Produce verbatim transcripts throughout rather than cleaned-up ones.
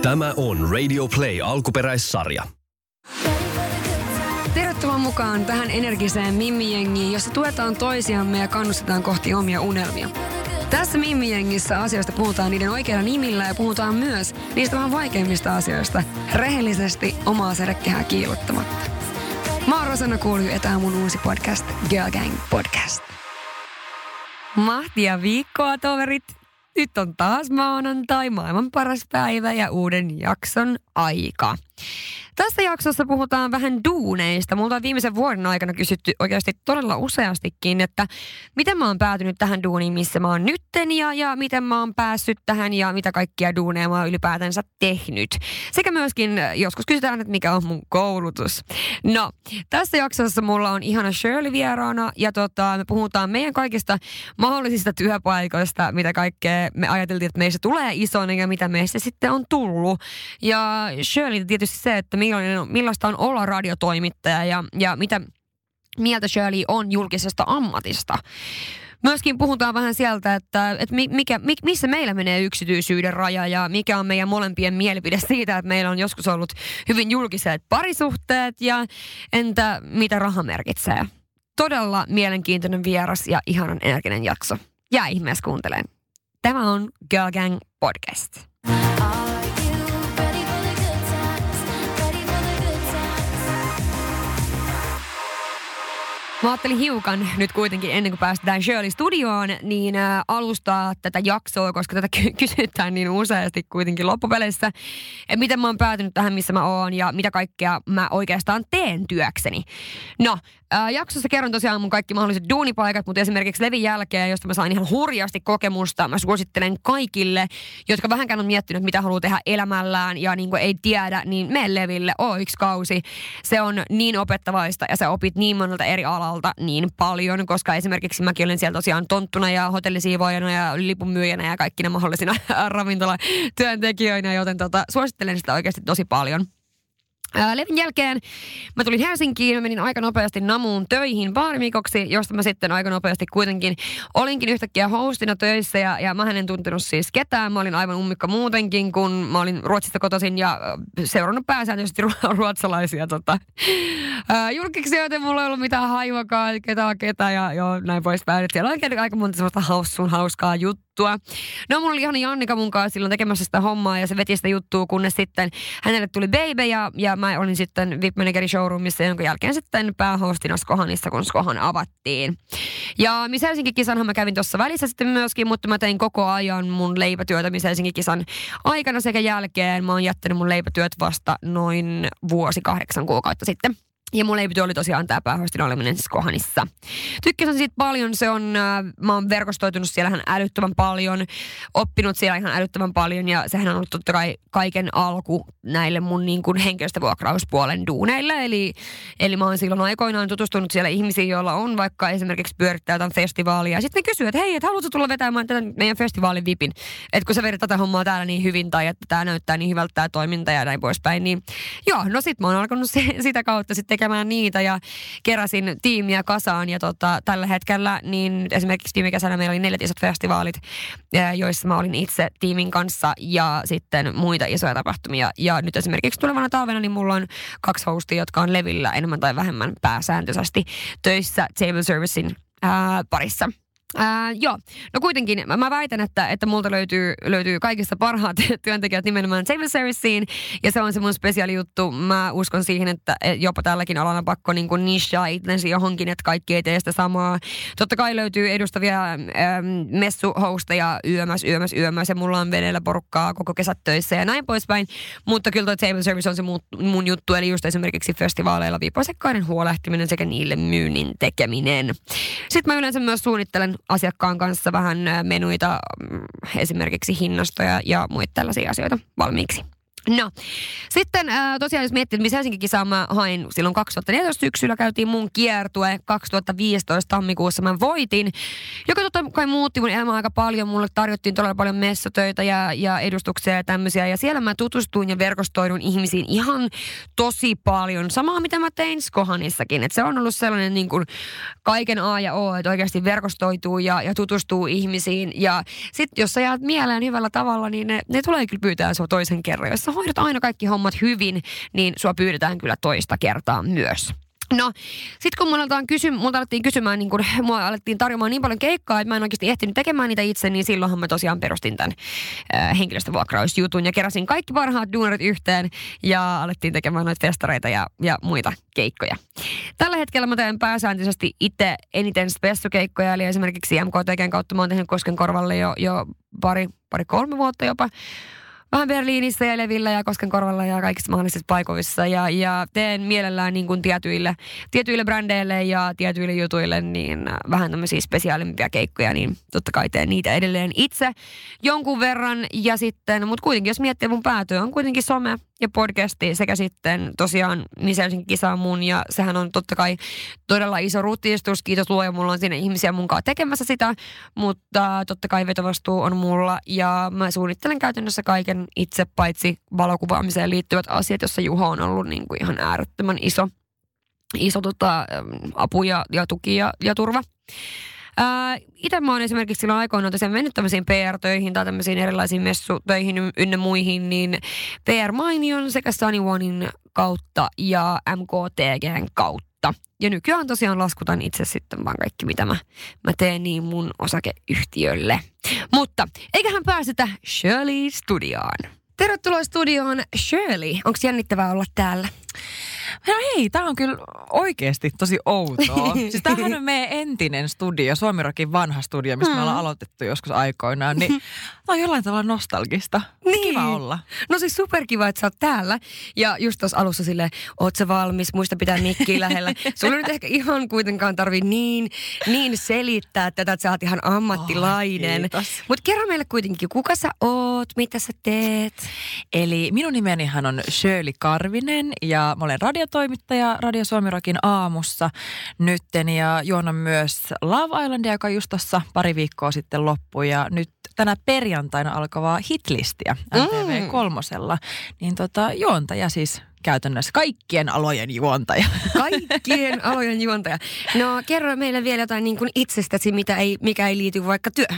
Tämä on Radio Play alkuperäissarja. Tervetuloa mukaan tähän energiseen Mimmi-jengiin, jossa tuetaan toisiamme ja kannustetaan kohti omia unelmia. Tässä Mimmi-jengissä asioista puhutaan niiden oikeilla nimillä ja puhutaan myös niistä vähän vaikeimmista asioista rehellisesti omaa sädekehää kiilottamatta. Mä oon Rosanna Kuulju ja tää on mun uusi podcast, Girl Gang Podcast. Mahtia viikkoa, toverit! Nyt on taas maanantai, maailman paras päivä ja uuden jakson aika. Tässä jaksossa puhutaan vähän duuneista. Multa on viimeisen vuoden aikana kysytty oikeasti todella useastikin, että miten mä oon päätynyt tähän duuniin, missä mä oon nytten ja, ja miten mä oon päässyt tähän ja mitä kaikkia duuneja mä oon ylipäätänsä tehnyt. Sekä myöskin joskus kysytään, että mikä on mun koulutus. No, tässä jaksossa mulla on ihana Shirley vieraana ja tota, me puhutaan meidän kaikista mahdollisista työpaikoista, mitä kaikkea me ajateltiin, että meistä tulee ison ja mitä meistä sitten on tullut. Ja Shirley tietysti se, että millaista on olla radiotoimittaja ja, ja mitä mieltä Shirley on julkisesta ammatista. Myöskin puhutaan vähän sieltä, että, että mikä, missä meillä menee yksityisyyden raja ja mikä on meidän molempien mielipide siitä, että meillä on joskus ollut hyvin julkiset parisuhteet ja entä mitä raha merkitsee. Todella mielenkiintoinen vieras ja ihanan energinen jakso. Jää ihmeessä kuuntelemaan. Tämä on Girl Gang Podcast. Mä ajattelin hiukan nyt kuitenkin ennen kuin päästään Shirley studioon, niin ä, alustaa tätä jaksoa, koska tätä ky- kysytään niin useasti kuitenkin loppupeleissä. Että miten mä oon päätynyt tähän, missä mä oon ja mitä kaikkea mä oikeastaan teen työkseni. No, ä, jaksossa kerron tosiaan mun kaikki mahdolliset duunipaikat, mutta esimerkiksi Levin jälkeen, josta mä sain ihan hurjasti kokemusta, mä suosittelen kaikille, jotka vähänkään on miettinyt, mitä haluaa tehdä elämällään ja niin kuin ei tiedä, niin mene Leville, oo yksi kausi. Se on niin opettavaista ja sä opit niin monelta eri alalta niin paljon, koska esimerkiksi mäkin olen siellä tosiaan tonttuna ja hotellisiivoajana ja lipunmyyjänä ja kaikkina mahdollisina ravintolatyöntekijöinä, joten tota, suosittelen sitä oikeasti tosi paljon. Ää, Levin jälkeen mä tulin Helsinkiin, mä menin aika nopeasti Namuun töihin baarimikoksi, josta mä sitten aika nopeasti kuitenkin olinkin yhtäkkiä hostina töissä ja, ja mä en tuntenut siis ketään. Mä olin aivan ummikko muutenkin, kun mä olin Ruotsista kotoisin ja seurannut pääsääntöisesti ruotsalaisia tota, ää, julkiksijoita. Mulla ei ollut mitään haivakaan, ketä ketä ja joo, näin poispäin. Siellä on aika monta sellaista haussun hauskaa juttua. No mulla oli ihan Jannika mun kanssa silloin tekemässä sitä hommaa ja se veti sitä juttua, kunnes sitten hänelle tuli baby ja, ja mä olin sitten V I P-manageri showroomissa, jonka jälkeen sitten päähostina Skohanissa, kun Skohan avattiin. Ja Miss Helsinki-kisanhan mä kävin tuossa välissä sitten myöskin, mutta mä tein koko ajan mun leipätyötä Miss Helsinki-kisan aikana sekä jälkeen. Mä oon jättänyt mun leipätyöt vasta noin vuosi kahdeksan kuukautta sitten. Ja mun leipätyö oli tosiaan tää päähostina oleminen Skohanissa. Tykkäsin siitä paljon, se on, äh, mä oon verkostoitunut siellä ihan älyttömän paljon, oppinut siellä ihan älyttömän paljon ja sehän on ollut totta kai kaiken alku näille mun niin kuin henkilöstövuokrauspuolen duuneille. Eli, eli mä oon silloin aikoinaan tutustunut siellä ihmisiin, joilla on vaikka esimerkiksi pyörittää jotain festivaalia. Ja sitten ne kysyy, että hei, et haluatko tulla vetämään tätä meidän festivaalin vipin? Että kun sä vedät tätä hommaa täällä niin hyvin tai että tää näyttää niin hyvältä tää toiminta ja näin poispäin. Niin joo, no sit mä oon alkanut sitä kautta sitten tekemään niitä ja keräsin tiimiä kasaan ja tota, tällä hetkellä niin esimerkiksi viime kesänä meillä oli neljät isot festivaalit, joissa mä olin itse tiimin kanssa ja sitten muita isoja tapahtumia ja nyt esimerkiksi tulevana talvena niin mulla on kaksi hostia, jotka on Levillä enemmän tai vähemmän pääsääntöisesti töissä table servicein ää, parissa. Ää, joo, no kuitenkin mä väitän, että, että multa löytyy, löytyy kaikista parhaat työntekijät nimenomaan table serviceen ja se on se mun spesiaali juttu. Mä uskon siihen, että jopa tälläkin alalla pakko niin kuin nishaa itsensä johonkin, että kaikki ei tee sitä samaa. Totta kai löytyy edustavia ähm, messuhosteja yömäs, yömäs, yömäs ja mulla on veneellä porukkaa koko kesät töissä ja näin poispäin. Mutta kyllä toi table service on se mun, mun juttu, eli just esimerkiksi festivaaleilla viipoisekkaiden huolehtiminen sekä niille myynnin tekeminen. Sitten mä yleensä myös suunnittelen asiakkaan kanssa vähän menuita, esimerkiksi hinnastoja ja muita tällaisia asioita valmiiksi. No, sitten äh, tosiaan jos miettii, että missä Helsinki-kisaa mä hain silloin kaksituhattaneljätoista syksyllä, käytiin mun kiertue, kaksituhattaviisitoista tammikuussa mä voitin, joka totta kai muutti mun elämää aika paljon, mulle tarjottiin todella paljon messutöitä ja, ja edustuksia ja tämmöisiä, ja siellä mä tutustuin ja verkostoidun ihmisiin ihan tosi paljon, samaa mitä mä tein Skohanissakin, että se on ollut sellainen niin kuin kaiken A ja O, että oikeasti verkostoituu ja, ja tutustuu ihmisiin, ja sitten jos sä jäät mieleen hyvällä tavalla, niin ne, ne tulee kyllä pyytää sua toisen kerran, jos hoidat aina kaikki hommat hyvin, niin sua pyydetään kyllä toista kertaa myös. No, sit kun mulla aletaan kysy, multa alettiin kysymään, niin kun mua alettiin tarjoamaan niin paljon keikkaa, että mä en oikeasti ehtinyt tekemään niitä itse, niin silloinhan mä tosiaan perustin tämän äh, henkilöstövuokrausjutun ja keräsin kaikki parhaat duunarit yhteen ja alettiin tekemään noita festareita ja, ja muita keikkoja. Tällä hetkellä mä teen pääsääntöisesti itse eniten spessukeikkoja, eli esimerkiksi M K T G:n kautta mä oon tehnyt Koskenkorvalle jo, jo pari, pari kolme vuotta jopa. Vähän Berliinissä ja Levillä ja Koskenkorvalla ja kaikissa mahdollisissa paikoissa. Ja, ja teen mielellään niin kuin tietyille, tietyille brändeille ja tietyille jutuille niin vähän tämmöisiä spesiaalimpia keikkoja, niin totta kai teen niitä edelleen itse jonkun verran. Ja sitten, mutta kuitenkin jos miettii mun päätyö, on kuitenkin some ja podcasti sekä sitten tosiaan Miss Helsingin kisa on mun ja sehän on totta kai todella iso rutistus. Kiitos luoja, mulla on siinä ihmisiä munkaan tekemässä sitä, mutta totta kai vetovastuu on mulla ja mä suunnittelen käytännössä kaiken itse paitsi valokuvaamiseen liittyvät asiat, jossa Juho on ollut niin kuin ihan äärettömän iso, iso tota, apu ja, ja tuki ja, ja turva. Ää, itse mä oon esimerkiksi silloin aikoinaan tosiaan mennyt tämmöisiin P R-töihin tai tämmöisiin erilaisiin messutöihin ynnä muihin, niin P R Mainion sekä Sunny Onein kautta ja M K T G:n kautta. Ja nykyään tosiaan laskutan itse sitten vaan kaikki, mitä mä, mä teen niin mun osakeyhtiölle. Mutta eiköhän pääsetä Shirley-studioon. Tervetuloa studioon, Shirley. Onko jännittävää olla täällä? No hei, tää on kyllä oikeasti tosi outoa. Siis tämähän on meidän entinen studio, Suomi Rockin vanha studio, mistä mm. me ollaan aloitettu joskus aikoinaan. Niin tää on jollain tavalla nostalgista. Niin. Kiva olla. No siis superkiva, että sä oot täällä. Ja just tuossa alussa silleen, oot sä valmis, muista pitää mikkiä lähellä. Sulla nyt ehkä ihan kuitenkaan tarvii niin, niin selittää tätä, että sä oot ihan ammattilainen. Oh, Mutta kerro meille kuitenkin, kuka sä oot, mitä sä teet? Eli minun nimenihän on Shirley Karvinen ja mä olen radiotoimittaja Radio Suomi Rockin aamussa nytten ja juonan myös Love Islandia, joka just tuossa pari viikkoa sitten loppui ja nyt tänä perjantaina alkavaa hitlistiä M T V kolmosella, niin tota, juontaja siis käytännössä kaikkien alojen juontaja. Kaikkien alojen juontaja. No kerro meille vielä jotain niin kuin itsestäsi, mitä ei, mikä ei liity vaikka työhön.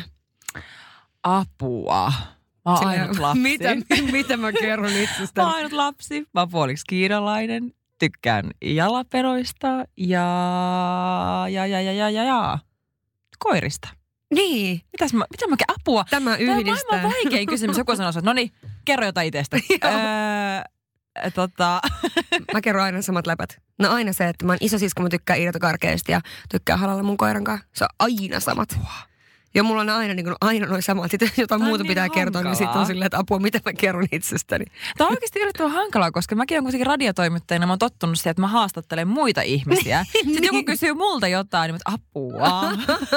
Apua. Mä oon ainut lapsi. Mitä, mitä mä kerron itsestäni? Mä oon ainut lapsi. Mä oon puoliksi kiinalainen. Tykkään jalaperoista ja, ja, ja, ja, ja, ja, ja. koirista. Niin. Mitäs mä, mitä mä apua? Tämä yhdistää. Tämä on maailman vaikein kysymys. Joku sanoo, että no niin, kerro jotain itsestä. öö, tota. Mä kerron aina samat läpät. No aina se, että mä oon isosisko, mä tykkään irtokarkeista ja tykkään halalla mun koiran kanssa. Se on aina samat. Apua. Ja mulla on aina, niin kuin, aina noin samat. Sitten jos jotain muuta niin pitää hankalaa kertoa, niin sitten on silleen, että apua, mitä mä kerron itsestäni. Tämä on oikeasti yllättävän hankalaa, koska mäkin olen kuitenkin radiotoimittajana. Mä oon tottunut siihen, että mä haastattelen muita ihmisiä. Sitten niin. Joku kysyy multa jotain, niin mä apua.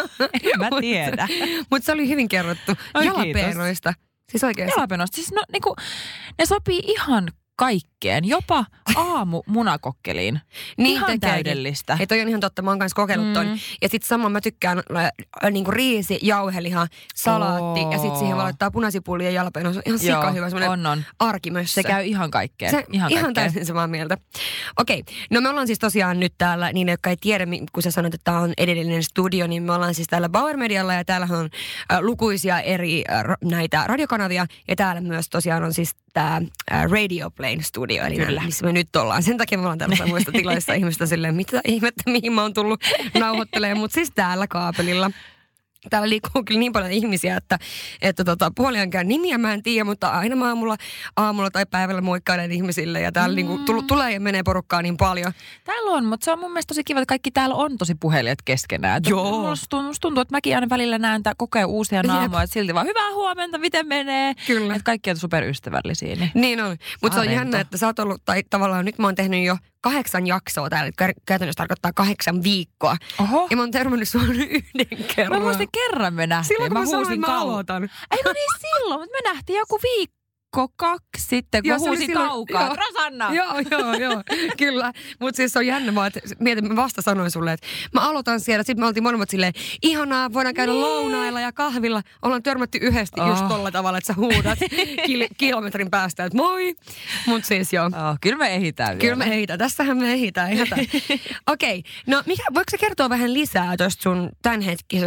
En mä tiedä. Mutta se oli hyvin kerrottu. Oi, jalapeenoista. Siis oikeasti. Jalapeenoista. Siis no niinku, ne sopii ihan kaikkeen, jopa aamu munakokkeliin. Niin ihan tekeekin. Täydellistä. Ja toi on ihan totta, mä oon kanssa kokeillut ton. Mm. Ja sit samoin mä tykkään äh, niinku riisi, jauheliha, salaatti oh. ja sit siihen voi laittaa punasipulia ja jalapeeno. Se on ihan sika hyvä semmoinen on, on. arkimössö. Se käy ihan kaikkeen. Se, ihan, ihan täysin samaa mieltä. Okei, okay. No me ollaan siis tosiaan nyt täällä, niin jotka ei tiedä, kun sä sanoit, että tää on edellinen studio, niin me ollaan siis täällä Bauer Medialla ja täällähän on äh, lukuisia eri äh, näitä radiokanavia ja täällä myös tosiaan on siis tää äh, Radio Plane Studio, eli Kyllä. missä me nyt ollaan. Sen takia me ollaan tällaisessa muista tiloissa ihmistä silleen, mitä ihmettä, mihin mä oon tullut nauhoittelemaan, mutta siis täällä kaapelilla. Täällä liikkuu kyllä niin paljon ihmisiä, että, että tota, puoliankään nimiä mä en tiedä, mutta aina mä aamulla, aamulla tai päivällä moikkailen ihmisille ja täällä mm. niinku, tull, tulee ja menee porukkaa niin paljon. Täällä on, mutta se on mun mielestä tosi kiva, että kaikki täällä on tosi puhelijat keskenään. Joo. Musta tuntuu, tuntuu, että mäkin aina välillä näen tää koko ajan uusia naamoja, että silti vaan hyvää huomenta, miten menee. Kyllä. Että kaikki on superystävällisiä. Niin, niin on, mutta se on jännä, että sä oot ollut, tai tavallaan nyt mä oon tehnyt jo kahdeksan jaksoa täällä, käytännössä tarkoittaa kahdeksan viikkoa. Oho. Ja mä oon törmännyt sua yhden kerran. Mä muistin kerran me nähtiin. Silloin kun mä, mä huusin sanoin, mä aloitan. Eikö niin silloin, mutta me nähtiin joku viikko. Kaksi sitten, kun huusi kaukaa. Rosanna! Joo, joo, joo, kyllä. Mutta siis se on jännä, mä, että mietin, mä vasta sanoin sulle, että mä aloitan siellä. Sitten me oltiin molemmat silleen, ihanaa, voidaan käydä nee. lounailla ja kahvilla. Ollaan törmätty yhdesti oh. just tolla tavalla, että sä huudat kil- kilometrin päästä, että moi. Mutta siis joo. Oh, kyllä me ehitään vielä. Kyllä me ehitään. Tässähän me ehitään. Okei, okay. No mikä, voiko sä kertoa vähän lisää tuosta sun tämänhetkisestä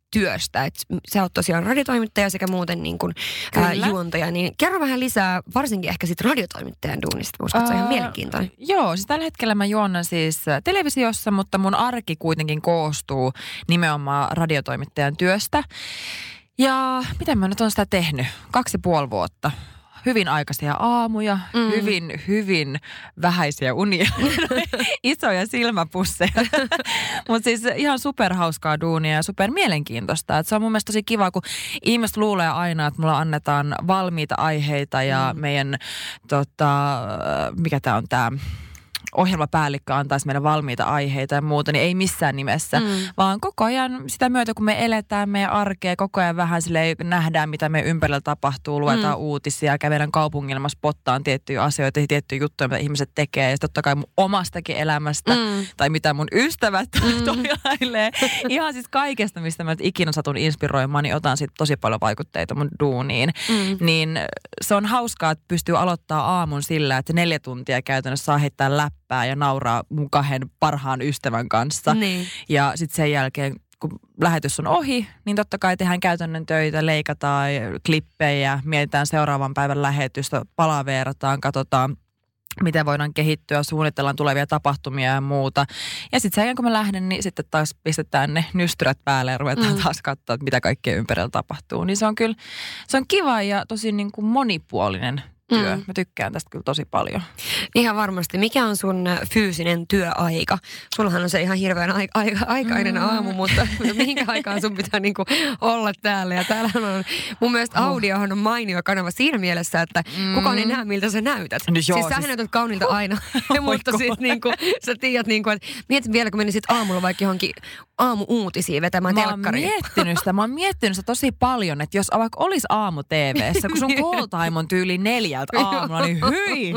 työstä. Et sä oot tosiaan radiotoimittaja sekä muuten niin kuin, ää, juontaja. Niin kerro vähän lisää, varsinkin ehkä sit radiotoimittajan duunista. Uskon, että se on ihan mielenkiintoinen. Joo, siis tällä hetkellä mä juonnan siis televisiossa, mutta mun arki kuitenkin koostuu nimenomaan radiotoimittajan työstä. Ja miten mä nyt on sitä tehnyt? Kaksi ja puoli vuotta. Hyvin aikaisia aamuja, mm. hyvin, hyvin vähäisiä unia, isoja silmäpusseja. Mutta siis ihan superhauskaa duunia ja super mielenkiintoista. Et se on mun mielestä tosi kiva, kun ihmiset luulee aina, että mulla annetaan valmiita aiheita ja mm. meidän, tota, mikä tää on tää... ohjelmapäällikkö antaisi meille valmiita aiheita ja muuta, niin ei missään nimessä, mm. vaan koko ajan sitä myötä, kun me eletään meidän arkea, koko ajan vähän silleen nähdään, mitä meidän ympärillä tapahtuu, luetaan mm. uutisia, kävelen kaupungilla, spottaan tiettyjä asioita ja tiettyjä juttuja, mitä ihmiset tekee, ja totta kai mun omastakin elämästä, mm. tai mitä mun ystävät mm. toilailee. Ihan siis kaikesta, mistä mä ikinä satun inspiroimaan, niin otan sit tosi paljon vaikutteita mun duuniin. Mm. Niin se on hauskaa, että pystyy aloittaa aamun sillä, että neljä tuntia käytännössä saa heittää läppää ja nauraa mun kahden parhaan ystävän kanssa. Niin. Ja sitten sen jälkeen, kun lähetys on ohi, niin totta kai tehdään käytännön töitä, leikataan klippejä, mietitään seuraavan päivän lähetystä, palaveerataan, katsotaan, miten voidaan kehittyä, suunnitellaan tulevia tapahtumia ja muuta. Ja sitten sen jälkeen, kun mä lähden, niin sitten taas pistetään ne nystyrät päälle ja ruvetaan mm. taas katsoa, että mitä kaikkea ympärillä tapahtuu. Niin se on kyllä, se on kiva ja tosi niin kuin monipuolinen työ. Mm. Mä tykkään tästä kyllä tosi paljon. Ihan varmasti. Mikä on sun fyysinen työaika? Sullahan on se ihan hirveän aika, aika, aikainen mm. aamu, mutta mihinkä aikaan sun pitää niinku olla täällä? Ja täällä on mun mielestä audiohan on mainio kanava siinä mielessä, että mm. kukaan ei näe, miltä sä näytät. No, joo, siis sähän siis... näytät kaunilta aina. Oh mutta siis niinku, sä tiedät, niinku, että mietin vielä, kun menisit aamulla vaikka johonkin aamu-uutisiin vetämään telkkariin. Mä oon miettinyt sitä. Mä oon miettinyt sitä tosi paljon, että jos vaikka olisi aamu-T V:ssä, kun sun call time on tyyli neljä aamulla, niin hyi!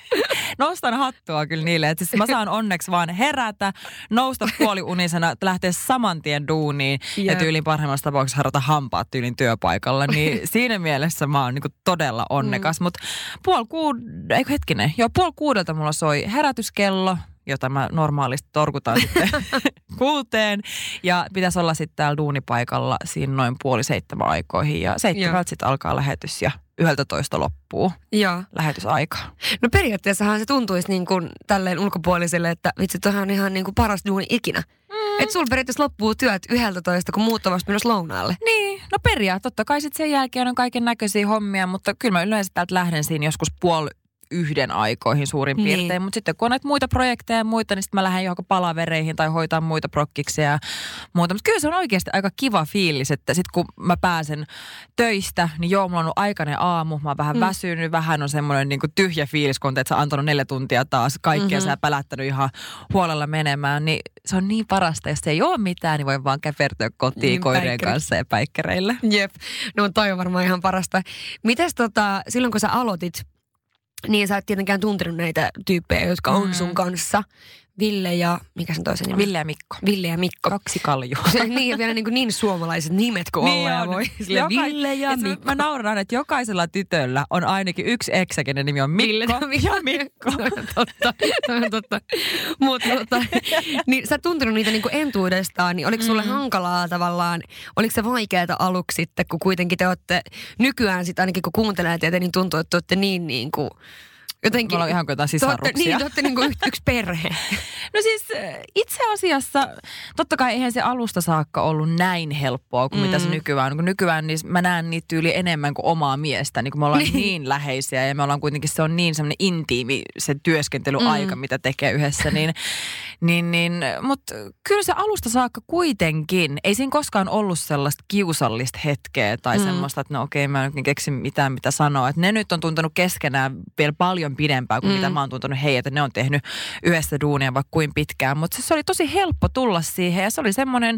Nostan hattua kyllä niille, että siis mä saan onneksi vaan herätä, nousta puoliunisena, lähteä saman tien duuniin yeah. ja tyylin parhaimmassa tapauksessa harrata hampaat tyylin työpaikalla, niin siinä mielessä mä oon niinku todella onnekas, mm. mutta puoli kuud... eikö hetkinen, joo puoli kuudelta mulla soi herätyskello, jota mä normaalisti torkutan sitten kuuteen. Ja pitäisi olla sitten täällä duunipaikalla siinä noin puoli seitsemän aikoihin. Ja seitsemältä sitten alkaa lähetys ja yhdeltä toista loppuu ja lähetysaika. No periaatteessahan se tuntuisi niin kuin tälleen ulkopuoliselle, että vitsi, toihan on ihan niin kuin paras duuni ikinä. Mm. Että sulla periaatteessa loppuu työt yhdeltä toista, kun muut on vasta menossa lounaalle. Niin, no periaatteessa totta kai sitten sen jälkeen on kaiken näköisiä hommia, mutta kyllä mä yleensä täältä lähden siinä joskus puoli yhden aikoihin suurin niin. piirtein, mutta sitten kun on näitä muita projekteja ja muita, niin sitten mä lähden johonkin palavereihin tai hoitaa muita prokkiksia ja muuta. Mutta kyllä se on oikeasti aika kiva fiilis, että sitten kun mä pääsen töistä, niin joo, mulla on ollut aikainen aamu, mä oon vähän mm. väsynyt, vähän on semmoinen niin kuin tyhjä fiilis, kun että sä antanut neljä tuntia taas kaikkea, mm-hmm. sä pälättänyt ihan huolella menemään, niin se on niin parasta, jos ei ole mitään, niin voi vaan käpertyä kotiin niin, koireen päikkäri. kanssa ja päikkäreillä. Jep, no toi on varmaan ihan parasta. Mites tota, silloin kun sä aloitit, niin sä et tietenkään tuntenut näitä tyyppejä, jotka on mm. sun kanssa. Ville ja, mikä sen toisen nimi? Ville ja Mikko. Ville ja Mikko. Kaksi kaljua. niin, vielä niin, kuin niin suomalaiset nimet kuin niin olla ja voi. Sille Joka, Ville ja Mikko. Mä nauran, että jokaisella tytöllä on ainakin yksi eksä, kenen nimi on Mikko Ville ja Mikko. totta, totta. Mutta tota, niin sä et tuntenut niitä niin kuin entuudestaan, niin oliko sulle mm. hankalaa tavallaan, oliko se vaikeaa aluksi sitten, kun kuitenkin te olette nykyään sitten ainakin kun kuuntelee teitä, niin tuntuu, että te olette niin niin kuin jotenkin. Me ollaan ihan kuin jotain sisaruksia. Niin, te olette niin kuin yksi perhe. No siis itse asiassa, totta kai eihän se alusta saakka ollut näin helppoa kuin mm. mitä se nykyään on. Kun nykyään niin mä näen niitä tyyli enemmän kuin omaa miestä, niin kun me ollaan niin. niin läheisiä ja me ollaan kuitenkin, se on niin semmoinen intiimi se työskentelyaika, mm. mitä tekee yhdessä. Niin, niin, niin, mutta kyllä se alusta saakka kuitenkin, ei siinä koskaan ollut sellaista kiusallista hetkeä tai mm. semmoista, että no okei, mä en keksi mitään mitä sanoa. Että ne nyt on tuntunut keskenään vielä paljon pidempään kuin mm. mitä mä oon tuntunut heitä, että ne on tehnyt yhdessä duunia vaikka kuin pitkään. Mutta se oli tosi helppo tulla siihen ja se oli semmoinen,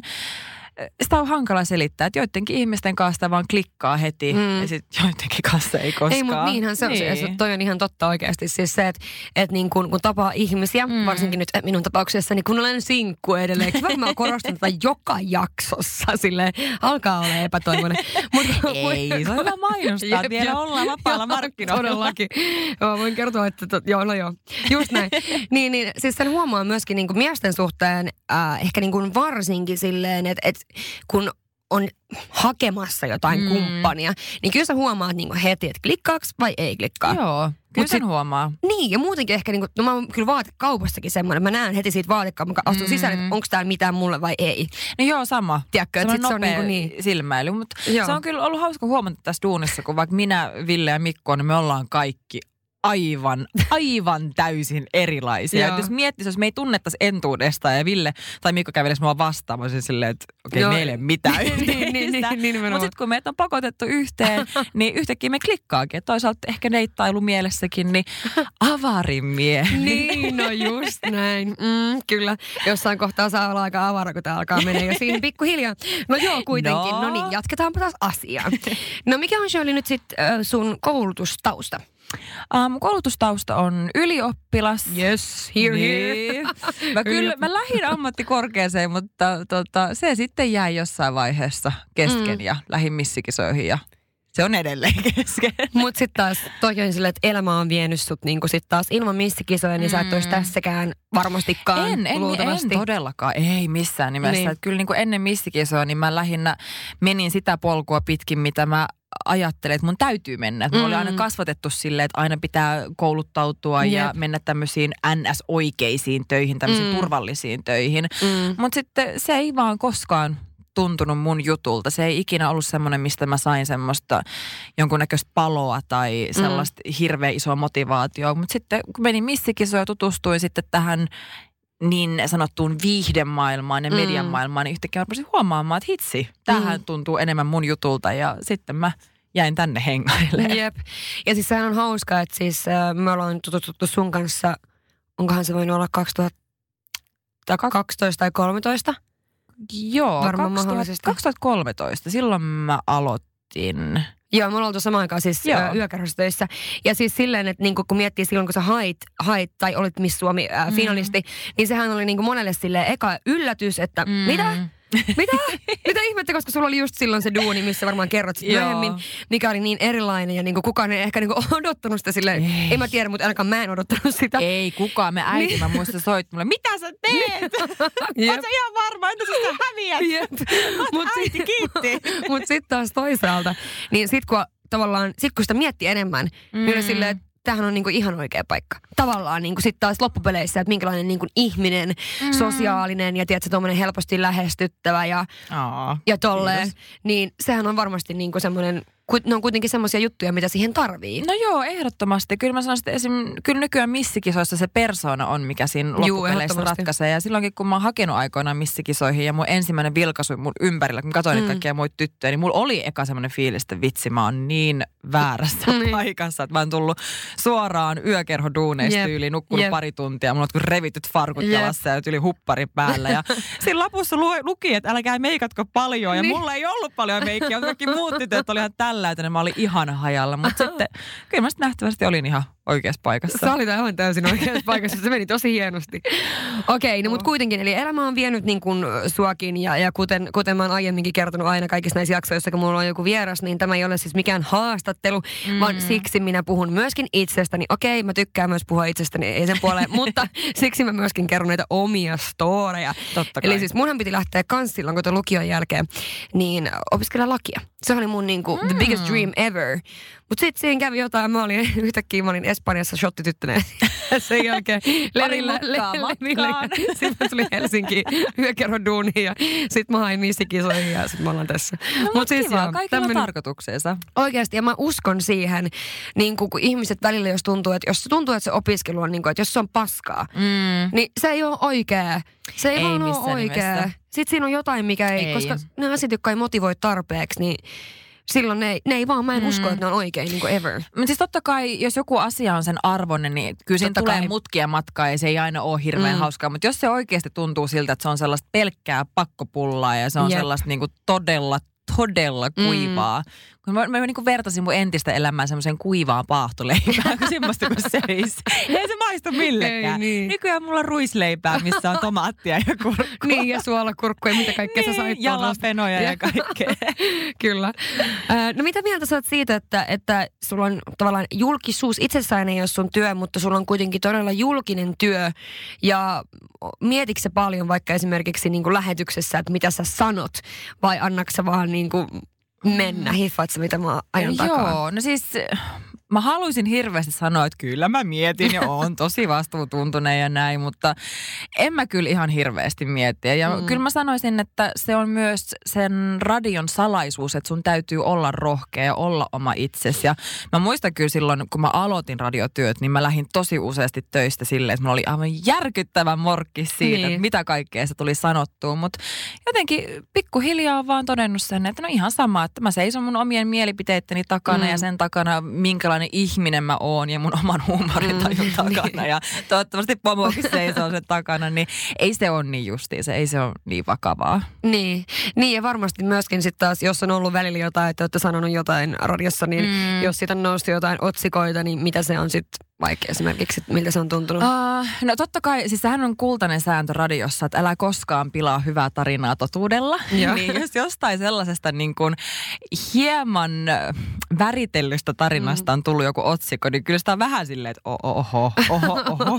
sitä on hankala selittää, että joidenkin ihmisten kanssa sitä vaan klikkaa heti mm. ja sitten joidenkin kanssa ei koskaan. Ei, mutta niinhän se on. Niin. Se, toi on ihan totta oikeasti. Siis se, että, että niin kun, kun tapaa ihmisiä, mm. varsinkin nyt minun tapauksessa, niin kun olen sinkku edelleen. Mä korostan tätä joka jaksossa. Silleen, alkaa olla epätoivoinen. Mut, ei, se on hyvä mainostaa. Vielä ollaan vapaalla markkinoilla. Todellakin. Joo, voin kertoa, että tot, joo, no joo. Just näin. niin, niin, siis sen huomaa myöskin niin kuin miesten suhteen, äh, ehkä niin kuin varsinkin silleen, että et, kun on hakemassa jotain mm. kumppania, niin kyllä sä huomaat niin kuin heti, että klikkaaks vai ei klikkaa. Joo, kyllä sen huomaa. Niin, ja muutenkin ehkä, niin kuin, no mä oon kyllä vaatekaupassakin semmoinen, mä näen heti siitä vaatekaupan, kun astun mm. sisään, että onko täällä mitään mulle vai ei. No joo, sama. Tiedätkö, että sit se on niin, niin silmäily, mutta se on kyllä ollut hauska huomata tässä duunissa, kun vaikka minä, Ville ja Mikko, niin me ollaan kaikki aivan, aivan täysin erilaisia. Että jos miettisi, jos me ei tunnettaisi entuudesta ja Ville tai Mikko kävelisi mua vastaan, mä olisin silleen, että okei, okay, meillä ei ole mitään yhteistä. niin, niin, niin, niin, mutta sitten kun meitä on pakotettu yhteen, niin yhtäkkiä me klikkaakin. Et toisaalta ehkä deittailu mielessäkin, niin avarin mieli. niin, no just näin. Mm, kyllä, jossain kohtaa saa olla aika avara, kun tää alkaa mennä jo siihen pikkuhiljaa. No joo, kuitenkin. No, no niin, jatketaanpa taas asiaa. No mikä on Shirley nyt sitten äh, sun koulutustausta? Um, koulutustausta on ylioppilas. Yes, here, here. Mä kyllä, mä lähdin ammattikorkeaseen, mutta tota, se sitten jäi jossain vaiheessa kesken mm. ja lähdin missikisoihin ja se on edelleen kesken. Mut sit taas toki silleen, että elämä on vienyt sut niinku sit taas ilman missikisoja, niin mm. sä et ois tässäkään varmastikaan en, en, luultavasti. En todellakaan, ei missään nimessä. Niin. Kyllä niinku ennen missikisoja, niin mä lähinnä menin sitä polkua pitkin, mitä mä ajattelin, että mun täytyy mennä. Mulla mm. oli aina kasvatettu silleen, että aina pitää kouluttautua Jep. ja mennä tämmöisiin N S-oikeisiin töihin, tämmöisiin mm. turvallisiin töihin. Mm. Mutta sitten se ei vaan koskaan tuntunut mun jutulta. Se ei ikinä ollut semmoinen, mistä mä sain semmoista jonkunnäköistä paloa tai sellaista mm. hirveän isoa motivaatioa. Mutta sitten kun menin missikisoja, tutustuin sitten tähän niin sanottuun viihdemaailmaan ja mm. median maailmaan, niin yhtäkkiä mä rupesin huomaamaan, että hitsi, tämähän mm. tuntuu enemmän mun jutulta ja sitten mä jäin tänne hengailemaan. Jep. Ja siis sehän on hauskaa, että siis äh, me ollaan tutustuttu sun kanssa, onkohan se voinut olla kaksituhattakaksitoista tai kolmetoista? Joo, kaksituhattakolmetoista. Silloin mä aloitin. Joo, me ollaan oltu samaan aikaan siis Joo. yökerhossa töissä. Ja siis silleen, että niinku, kun miettii silloin, kun sä hait, hait tai olit Miss Suomi äh, mm. finalisti, niin sehän oli niinku monelle silleen eka yllätys, että mm. mitä? Mitä? Mitä ihmettä, koska sulla oli just silloin se duuni, missä varmaan kerrot sit myöhemmin, mikä oli niin erilainen ja niinku kukaan ei ehkä niinku odottanut sitä silleen. Ei. En mä tiedä, mutta ainakaan mä en odottanut sitä. Ei kukaan. Me äiti, mä muistan soit mulle, mitä sä teet? Oot sä ihan varma, että sä häviät? Mut äiti, kiitti. Mut sit taas toisaalta, niin sit kun tavallaan, sit kun sitä miettii enemmän, mm. niin oli silleen, että tämähän on niinku ihan oikea paikka. Tavallaan niinku sitten taas loppupeleissä, että minkälainen niinku ihminen, mm. sosiaalinen ja tiedätkö, tommoinen helposti lähestyttävä ja, Aa, ja tolleen. kiitos. Niin sehän on varmasti niinku semmoinen, ne on kuitenkin semmoisia juttuja, mitä siihen tarvii. No joo, ehdottomasti. Kyllä mä sanoisin, että esim, kyllä nykyään missikisoissa se persoona on, mikä siinä loppupeleissä ratkaisee. Ja silloinkin, kun mä oon hakenut aikoinaan missikisoihin ja mun ensimmäinen vilkaisu mun ympärillä, kun mä katsoin mm. kaikkia muita tyttöjä, niin mulla oli eka semmoinen fiilis, että vitsi, mä oon niin väärässä mm. paikassa, että mä oon tullut suoraan yökerhoduuneista yep. tyyliin, nukkunut yep. pari tuntia, mulla on revityt farkut yep. jalassa ja tyyli huppari päällä. Ja siinä lapussa lu- luki, että älkää meikatko paljon ja niin. mulla ei ollut paljon meikkiä, mutta kaikki muut tytöt oli ihan tällä. Mä olin ihan hajalla, mutta sitten kyllä mä sitten nähtävästi olin ihan oikeassa paikassa. Sä olit aivan täysin oikeassa paikassa, se meni tosi hienosti. Okei, okay, no mutta kuitenkin, eli elämä on vienyt niin kuin suakin ja, ja kuten, kuten mä oon aiemminkin kertonut aina kaikissa näissä jaksoissa, kun mulla on joku vieras, niin tämä ei ole siis mikään haastattelu, mm. vaan siksi minä puhun myöskin itsestäni. Okei, okay, mä tykkään myös puhua itsestäni, ei sen puoleen, mutta siksi mä myöskin kerron näitä omia storeja. Totta kai. Eli siis munhan piti lähteä kans silloin, kun lukion jälkeen, niin opiskella lakia. Se oli mun niin kuin mm. the biggest dream ever. Mutta sitten siinä kävi jotain, mä olin yhtäkkiä, mä olin Espanjassa shottityttönä sen jälkeen levillä, levillä. Sitten mä tulin Helsinkiin yökerron duuniin ja sitten mä hain missikisoihin ja sitten mä ollaan tässä. No mut siis kiva, joo, kaikilla tämmönen, tarkoitukseensa. Oikeasti, ja mä uskon siihen, niin kun ihmiset välillä jos tuntuu, että jos tuntuu, että se opiskelu on niin kuin, että jos se on paskaa, mm. niin se ei ole oikea. Se ei, ei vaan ole oikea. Sitten siinä on jotain, mikä ei, ei. koska ne asiat, jotka ei motivoi tarpeeksi, niin silloin ne, ne ei vaan, mä en usko, mm. että ne on oikein niin kuin ever. Mutta siis totta kai, jos joku asia on sen arvoinen, niin kyllä siinä tulee kai mutkia matkaa ja se ei aina ole hirveän mm. hauskaa. Mutta jos se oikeasti tuntuu siltä, että se on sellaista pelkkää pakkopullaa ja se on yep. sellaista niin kuin todella, todella kuivaa. Mm. Kun mä, mä niin kuin vertasin mun entistä elämää semmoiseen kuivaan paahtoleipään, kun semmoista kun seis. Ei se maistu millekään. Ei, niin. Nykyään mulla on ruisleipää, missä on tomaattia ja kurkkua. Niin, ja suolakurkkua ja mitä kaikkea niin, sä sait. Jalapenoja ja, ja kaikkea. Kyllä. Äh, no mitä mieltä sä oot siitä, että, että sulla on tavallaan julkisuus itsessään ei ole sun työ, mutta sulla on kuitenkin todella julkinen työ. Ja mietitkö sä paljon vaikka esimerkiksi niin kuin lähetyksessä, että mitä sä sanot, vai annatko sä vaan niin kuin mennä, hiffaat sä mitä mä ajan takaa? Joo, no siis mä haluaisin hirveästi sanoa, että kyllä mä mietin ja oon tosi vastuutuntuneen ja näin, mutta en mä kyllä ihan hirveästi miettiä. Ja mm. kyllä mä sanoisin, että se on myös sen radion salaisuus, että sun täytyy olla rohkea ja olla oma itsesi. Ja mä muistan kyllä silloin, kun mä aloitin radiotyöt, niin mä lähdin tosi useasti töistä silleen, että mulla oli aivan järkyttävä morkki siitä, niin. että mitä kaikkea se tuli sanottua. Mutta jotenkin pikkuhiljaa on vaan todennut sen, että no ihan sama, että mä seison mun omien mielipiteitteni takana mm. ja sen takana, minkälainen ihminen mä oon ja mun oman huumorintajun mm, takana niin. ja toivottavasti pomokin seisoo sen takana, niin ei se ole niin justiinsa, ei se ole niin vakavaa. Niin, niin ja varmasti myöskin sitten taas, jos on ollut välillä jotain, että olette sanonut jotain radiossa, niin mm. jos siitä on noussut jotain otsikoita, niin mitä se on sitten vaikka esimerkiksi, miltä se on tuntunut? Uh, no totta kai, siis sehän on kultainen sääntö radiossa, että älä koskaan pilaa hyvää tarinaa totuudella. Niin jos jostain sellaisesta niin kuin hieman väritellystä tarinasta on tullut joku otsikko, niin kyllä sitä on vähän silleen, että oho, oho, oho, oho,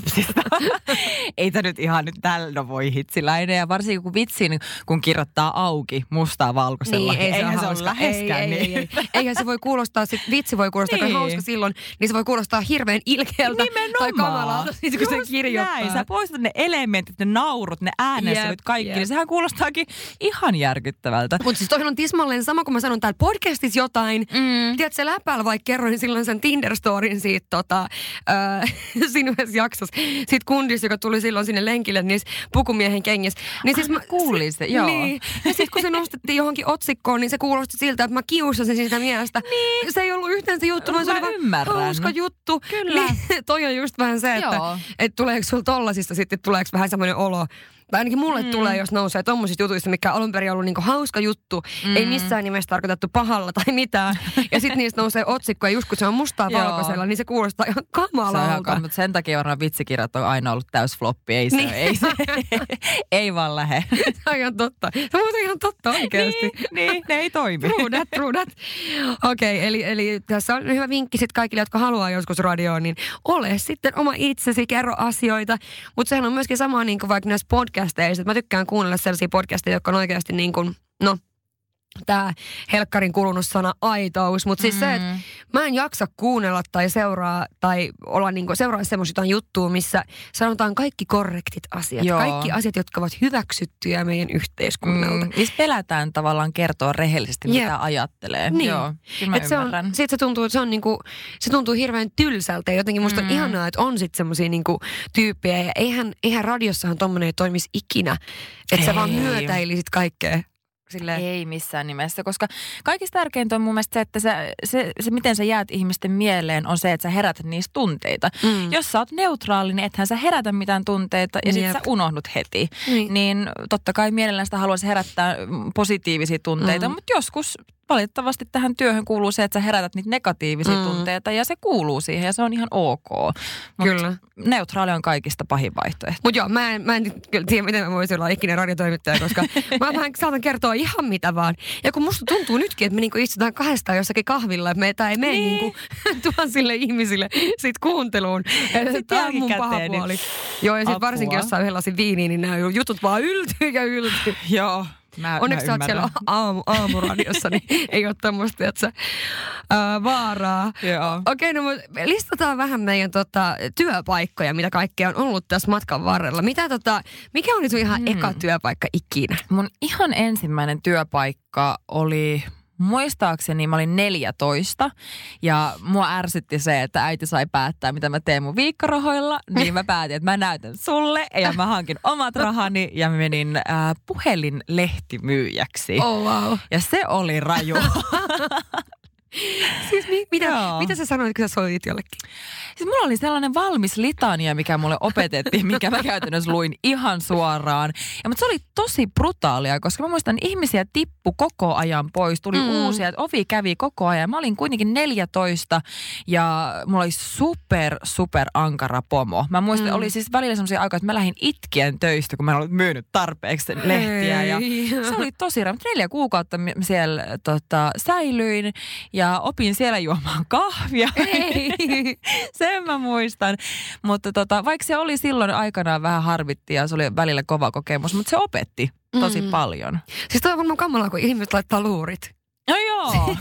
ei tämä nyt ihan nyt tällä voi hitsiläinen. Ja varsinkin kun vitsin, kun kirjoittaa auki mustaa valkoisella, niin, ei eihän se ole läheskään ei, niin. Ei, ei, ei. Eihän se voi kuulostaa, sit, vitsi voi kuulostaa, niin. hauska silloin, niin se voi kuulostaa hirveän ilkeä. Nimenomaan. Tai kamalalta, niin kun sen kirjoittaa. Näin. Sä poistat ne elementit, ne naurut, ne äänestelyt, kaikki. Yep. Niin sehän kuulostaakin ihan järkyttävältä. Mutta siis toihan on tismalleen sama, kun mä sanon täällä podcastissa jotain. Mm. Tiedätkö, se läpäällä vaikka kerroin silloin sen Tinder-storin siitä tota, äh, siinä yhdessä jaksossa. Siitä kundissa, joka tuli silloin sinne lenkille niissä pukumiehen kengissä. Niin siis ah, mä kuulin se, joo. Niin. Ja sitten kun se nostettiin johonkin otsikkoon, niin se kuulosti siltä, että mä kiusasin sitä miestä. Niin. Se ei ollut yhtään se juttu, vaan se oli vaan hauska juttu. Kyllä. Niin, toi on just vähän se, että et tuleeko sulla tollasista sitten, tuleeko vähän semmoinen olo, tai ainakin mulle mm. tulee, jos nousee tommosista jutuista, mikä on alun perin ollut niinku hauska juttu, mm. ei missään nimessä tarkoitettu pahalla tai mitään. Ja sitten niistä nousee otsikko, ja just kun se on mustaa valkoisella, niin se kuulostaa ihan kamalalta. Mutta sen takia varmaan vitsikirjat on aina ollut täys floppi. Ei se, niin. ei, se ei vaan lähe. Se on ihan totta. Se on muuten ihan totta oikeasti. Niin, niin, ne ei toimi. True that, true that. Okei, okay, eli, eli tässä on hyvä vinkki sitten kaikille, jotka haluaa joskus radioon, niin ole sitten oma itsesi, kerro asioita. Mutta sehän on myöskin sama niin kuin vaikka näissä podcasteissa. Mä tykkään kuunnella sellaisia podcasteja, jotka on oikeasti niin kuin, no, tää helkkarin kulunut sana aitous, mutta siis mm. se, että mä en jaksa kuunnella tai seuraa tai olla niinku, seuraa semmoista jotain juttua, missä sanotaan kaikki korrektit asiat. Joo. Kaikki asiat, jotka ovat hyväksyttyjä meidän yhteiskunnalta. Mm. Niissä pelätään tavallaan kertoa rehellisesti, yep. mitä ajattelee. Niin. Joo, kyllä mä et se on, sit se tuntuu, että se on niinku, se tuntuu hirveän tylsältä ja jotenkin musta mm. on ihanaa, että on sit semmosia niinku tyyppejä ja eihän, eihän radiossahan tommonen ei toimisi ikinä, että sä vaan myötäilisit kaikkea. Silleen. Ei missään nimessä, koska kaikista tärkeintä on mun mielestä se, että se, se, se miten sä jäät ihmisten mieleen on se, että sä herätät niistä tunteita. Mm. Jos sä oot neutraali, niin ethän sä herätä mitään tunteita ja sit Jep. sä unohdut heti. Niin. niin totta kai mielellään sitä haluaisi herättää positiivisia tunteita, mm. mutta joskus valitettavasti tähän työhön kuuluu se, että sä herätät niitä negatiivisia mm. tunteita ja se kuuluu siihen ja se on ihan ok. Mut kyllä. Neutraali on kaikista pahin vaihtoehto. Mutta joo, mä en, mä en kyllä tiedä, miten mä voisin olla ikinä radiotoimittaja, koska mä, mä saatan kertoa ihan mitä vaan. Ja kun musta tuntuu nytkin, että me niinku istutaan kahdestaan jossakin kahvilla, että me ei mene niin. niinku tuhansille ihmisille sit kuunteluun. Tämä on mun paha puoli. Niin joo, ja sitten varsinkin jossain yhdellä lasin viiniin, niin nämä jutut vaan yltyy ja yltyy. Joo. Mä, Onneksi sä oot siellä aamu, aamuradiossa, niin ei ole tämmöistä, että sä ää, vaaraa. Okei, okay, no listataan vähän meidän tota, työpaikkoja, mitä kaikkea on ollut tässä matkan varrella. Mitä, tota, mikä oli sun ihan hmm. eka työpaikka ikinä? Mun ihan ensimmäinen työpaikka oli... Muistaakseni mä olin neljätoista ja mua ärsytti se, että äiti sai päättää, mitä mä teen mun viikkorahoilla. Niin mä päätin, että mä näytän sulle ja mä hankin omat rahani ja menin äh, puhelinlehtimyyjäksi. Oh wow. Ja se oli raju. Siis mi- mitä, mitä sä sanoit, kun sä soitit jollekin? Siis mulla oli sellainen valmis litania, mikä mulle opetettiin, mikä mä käytännössä luin ihan suoraan. Ja, mutta se oli tosi brutaalia, koska mä muistan, että ihmisiä tippu koko ajan pois. Tuli mm. uusia, että ovi kävi koko ajan. Mä olin kuitenkin neljätoista ja mulla oli super, super ankara pomo. Mä muistan, mm. oli siis välillä sellaisia aikoja, että mä lähdin itkien töistä, kun mä en ollut myynyt tarpeeksi lehtiä. Ja se oli tosi rankka. Neljä kuukautta siellä tota, säilyin ja opin siellä juomaan kahvia. Ei. Sen mä muistan. Mutta tota, vaikka se oli silloin aikanaan vähän harvitti ja se oli välillä kova kokemus, mutta se opetti tosi mm. paljon. Siis toi on varmaan kamalaa, kun ihmiset laittaa luurit. No joo.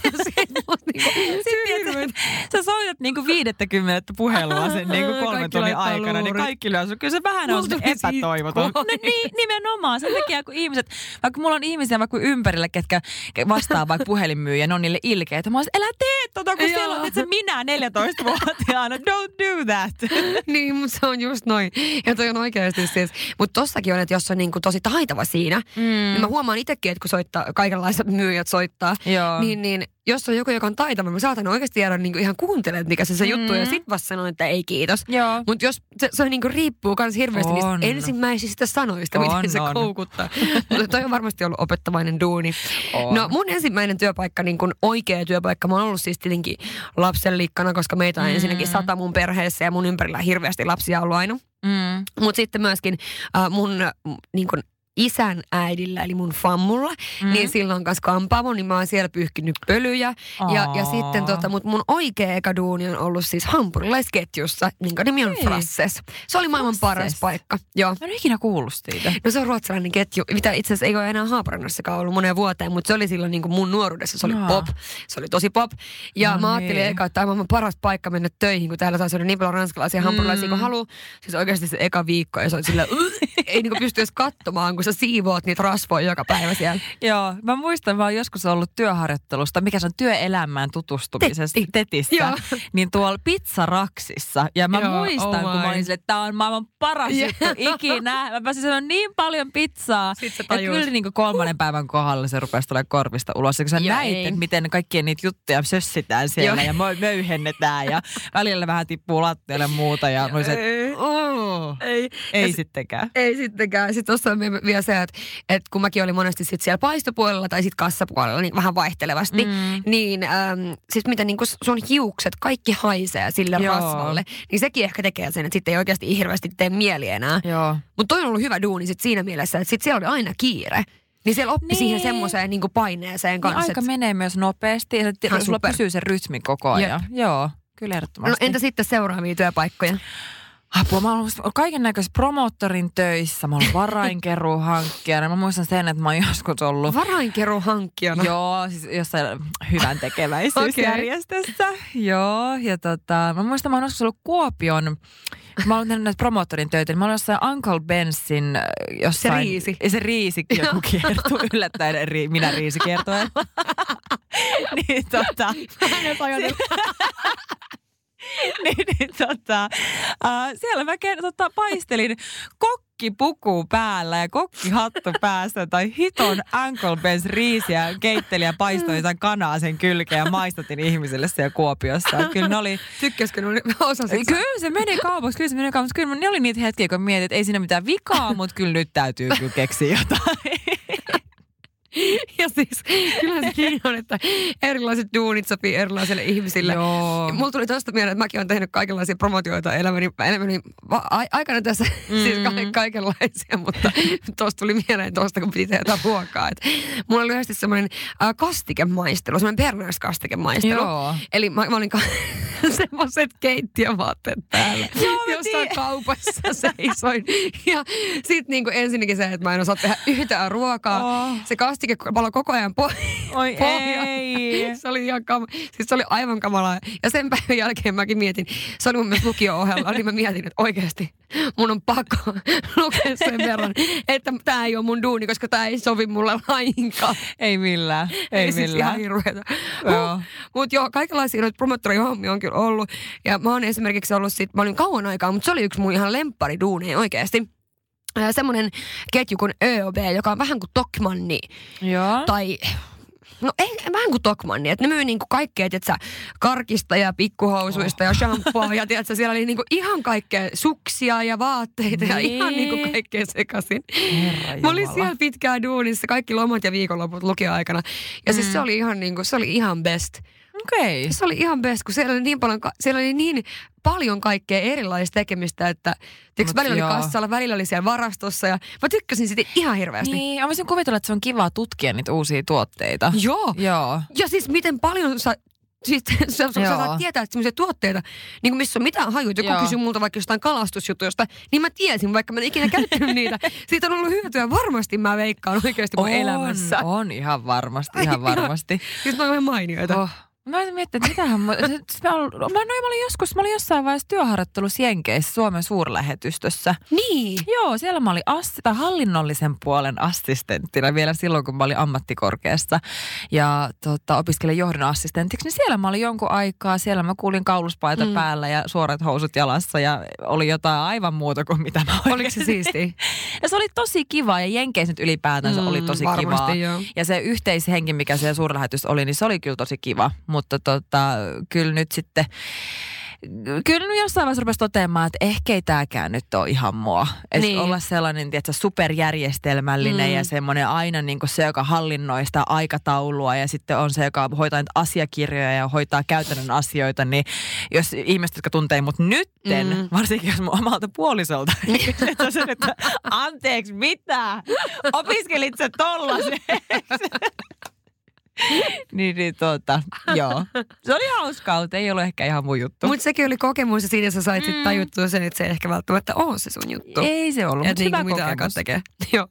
Sitten sä soitat niinku viidettä puhelua sen niinku kolmen tunnin aikana, niin kaikki lyö. Kyllä se vähän on epätoivoton. No niin, nimenomaan. Sen takia, kun ihmiset, vaikka mulla on ihmisiä vaikka ympärillä, ketkä vastaa vaikka puhelinmyyjä, ne on niille ilkeitä. Mä oon älä tee tota, kun siellä on se minä neljätoistavuotiaana. Don't do that. Niin, mutta se on just noin. Ja toi on oikeasti siis. Mutta tossakin on, että jos on niinku tosi taitava siinä, mm. niin mä huomaan itsekin, että kun soittaa, kaikenlaiset myyjät soittaa, Joo. Niin, niin jos on joku, joka on taitava, mä saatan oikeasti jäädä niin ihan kuuntelemaan, mikä se se juttu, mm. ja sit vasta sanon, että ei kiitos. Mutta jos se, se niin riippuu myös hirveästi on. niistä ensimmäisistä sanoista, on, miten se on. koukuttaa. Mutta toi on varmasti ollut opettavainen duuni. On. No mun ensimmäinen työpaikka, niin kuin oikea työpaikka, mä oon ollut siis tietenkin lapsenlikkana, koska meitä on mm. ensinnäkin sata mun perheessä ja mun ympärillä hirveästi lapsia ollut aina. Mm. Mutta sitten myöskin äh, mun niin kuin isän äidillä, eli mun fammulla, mm. niin silloin on kanssa kampaamo, niin mä oon siellä pyyhkinyt pölyjä. Ja, ja sitten tota, mut mun oikea eka duuni on ollut siis hampurilaisketjussa, minkä nimi on Frasses. Se oli maailman Frasses. paras paikka. Joo. Mä en ole ikinä kuullut siitä. No se on ruotsalainen ketju, mitä itse asiassa ei ole enää Haaparannassakaan ollut moneen vuoteen, mutta se oli silloin niin kuin mun nuoruudessa, se oli no. pop. Se oli tosi pop. Ja no mä ajattelin niin. eka, että tämä on maailman paras paikka mennä töihin, kun täällä saisi olla niin paljon ranskalaisia mm. hampurilaisia kuin haluaa. Siis oikeasti se eka viikko, ja se oli sillä, ei niin pysty edes katsomaan, kun sä siivoat niitä rasvoja joka päivä siellä. Joo, mä muistan, mä oon joskus ollut työharjoittelusta, mikä se on työelämään tutustumisesta Tetti. Tetissä, Joo. niin tuolla pizzaraksissa. Ja mä Joo, muistan, oh kun mä olin sille, että tää on maailman paras juttu ikinä. Mä pääsin sanoa niin paljon pizzaa. Ja kyllä niin kuin kolmannen päivän kohdalla se rupesi tulemaan korvista ulos. Ja kun sä Joo, näit, että miten kaikkien niitä juttuja sössitään siellä Joo. ja möyhennetään ja välillä vähän tippuu lattialle muuta. Ja mä olisin, että oh, ei, ei ja sittenkään. Ei sittenkään. Sitten tuossa on vielä se, että, että kun mäkin olin monesti sit siellä paistopuolella tai sitten kassapuolella niin vähän vaihtelevasti, mm. niin ähm, siis mitä niin sun hiukset, kaikki haisee sille Joo. rasvalle, niin sekin ehkä tekee sen, että sitten ei oikeasti hirveästi tee mieli enää. Mutta toi on ollut hyvä duuni sit siinä mielessä, että sit siellä oli aina kiire. Niin siellä oppi niin. siihen semmoiseen niin paineeseen kanssa. Niin aika et... menee myös nopeasti ja sulla super. pysyy se rytmi koko ajan. Jep. Joo, kyllä ehdottomasti. No entä sitten seuraavia työpaikkoja? Apua, mä oon ollut kaiken näköisen promoottorin töissä, mä oon ollut varainkeruuhankkijana. Mä muistan sen, että mä oon joskus ollut... Varainkeruuhankkijana? Joo, siis jossain hyvän tekeväisyysjärjestössä. Okay. Joo, ja tota, mä muistan, mä oon joskus ollut Kuopion... Mä oon tehnyt näitä promoottorin töitä, niin mä oon jossain Uncle Bensin jossain... Se riisi. Se riisi joku kiertui, yllättäen ri, minä riisikiertoilla. niin tota... Mä en edes ajatellut. niin, niin tota, uh, siellä mä tota, paistelin kokkipuku päällä ja kokkihattu päässä tai hiton Uncle Ben's riisiä, keittelin ja paistoin jotain kanaa sen kylkeen ja maistatin ihmisille siellä Kuopiossa. Kyllä ne oli... Tykkäskö ne osasit? Kyllä se meni kaupaksi, kyllä se meni kaupaksi. Kyllä ne oli niitä hetkiä, kun mietin, että ei siinä mitään vikaa, mutta kyllä nyt täytyy kyllä keksiä jotain. Ja siis kyllähän se kiinni on, että erilaiset duunit sopii erilaisille ihmisille. Joo. Mulla tuli tosta mieleen, että mäkin olen tehnyt kaikenlaisia promotioita elämäni, elämäni va- a- aikana tässä, mm-hmm. siis ka- kaikenlaisia, mutta tosta tuli mieleen tosta, kun piti tehdä ruokaa. Et mulla oli lyhyesti semmoinen äh, kastikemaistelu, semmoinen Berners-kastikemaistelu. Joo. Eli mä, mä olin ka- semmoiset keittiövaatteet päällä. Joo, jossain kaupassa seisoin. Ja sit niinku ensinnäkin se, että mä en osaa tehdä yhtään ruokaa. Oh. Se kastike palo koko ajan po- Oi pohjaan. ei. Se oli ihan kam- siis se oli aivan kamalaa. Ja sen päivän jälkeen mäkin mietin, se oli mun mielestä lukio-ohjelma, niin mä mietin, että oikeasti mun on pakko lukea sen verran, että tää ei ole mun duuni, koska tää ei sovi mulle lainkaan. Ei millään. Ei, ei millään. Siis ihan hirveetä. Joo. Mut, mut joo, kaikenlaisia noita promottorihommia on kyllä ollut. Ja mä oon esimerkiksi ollut sit, mä olin kauan aikaa, mutta se oli yksi mun ihan lemppariduuneja oikeasti. Semmoinen ketju kuin Ö O B, joka on vähän kuin Tokmanni. Joo. Tai no ei, vähän kuin Tokmanni, että ne myy niinku kaikkea, tietsä, karkista ja pikkuhousuista oh. ja shampooa ja tietsä, siellä oli niinku ihan kaikkea suksia ja vaatteita niin. ja ihan niinku kaikkea sekaisin. Mä olin siellä pitkään duunissa, kaikki lomat ja viikonloput lukioaikana. Ja mm. siis se oli ihan niinku, se oli ihan best. Okei. Okay. Se oli ihan best, kun siellä oli niin paljon, siellä oli niin paljon kaikkea erilaista tekemistä, että tiiäks, välillä joo. oli kassalla, välillä oli siellä varastossa ja mä tykkäsin sitä ihan hirveästi. Niin, mä voisin kuvitella, että se on kiva tutkia niitä uusia tuotteita. Joo. Joo. Ja siis miten paljon sä... Siis sä, sä saat tietää, että semmoisia tuotteita, niin missä on mitään hajuja. Joku kysyy multa vaikka jostain kalastusjutuista, niin mä tiesin, vaikka mä en ikinä käyttänyt niitä. Siitä on ollut hyötyä varmasti, mä veikkaan oikeasti mun on, elämässä. On, ihan varmasti, ihan varmasti. Siis mä oon ihan mainioita. Oh. Mä olisin miettinyt, että mitähän mä... Mä, mä, mä olin joskus, mä olin jossain vaiheessa työharjoittelussa Jenkeissä Suomen suurlähetystössä. Niin? Joo, siellä mä olin assi, tai hallinnollisen puolen assistenttina vielä silloin, kun mä olin ammattikorkeassa. Ja tota, opiskelin johdon assistentiksi, niin siellä mä olin jonkun aikaa. Siellä mä kuulin kauluspaita mm. päällä ja suorat housut jalassa ja oli jotain aivan muuta kuin mitä mä olin. Oliko se siistiä? Ja se oli tosi kiva ja Jenkeissä nyt ylipäätänsä mm, oli tosi kivaa. Joo. Ja se yhteishenki, mikä siellä suurlähetys oli, niin se oli kyllä tosi kiva. Mutta tota, kyllä nyt sitten, kyllä nyt jossain vaiheessa rupesi toteamaan, että ehkä ei tääkään nyt ole ihan mua. Että niin. olla sellainen, tiedätkö, superjärjestelmällinen mm. ja semmoinen aina niin kuin se, joka hallinnoi sitä aikataulua ja sitten on se, joka hoitaa niitä asiakirjoja ja hoitaa käytännön asioita, niin jos ihmiset, jotka tuntee mut nytten, mm. varsinkin jos mun omalta puolisolta, että se, että anteeksi, mitä? Opiskelit sä tollaseksi? niin, niin tuota, joo. Se oli hauskaa, mutta ei ollut ehkä ihan mun juttu. Mutta sekin oli kokemus ja siinä sä sait mm. sitten tajuttua sen, että se ei ehkä välttämättä ole se sun juttu. Ei se ollut, mutta niin hyvä mitä kokemus. Tekee. Joo.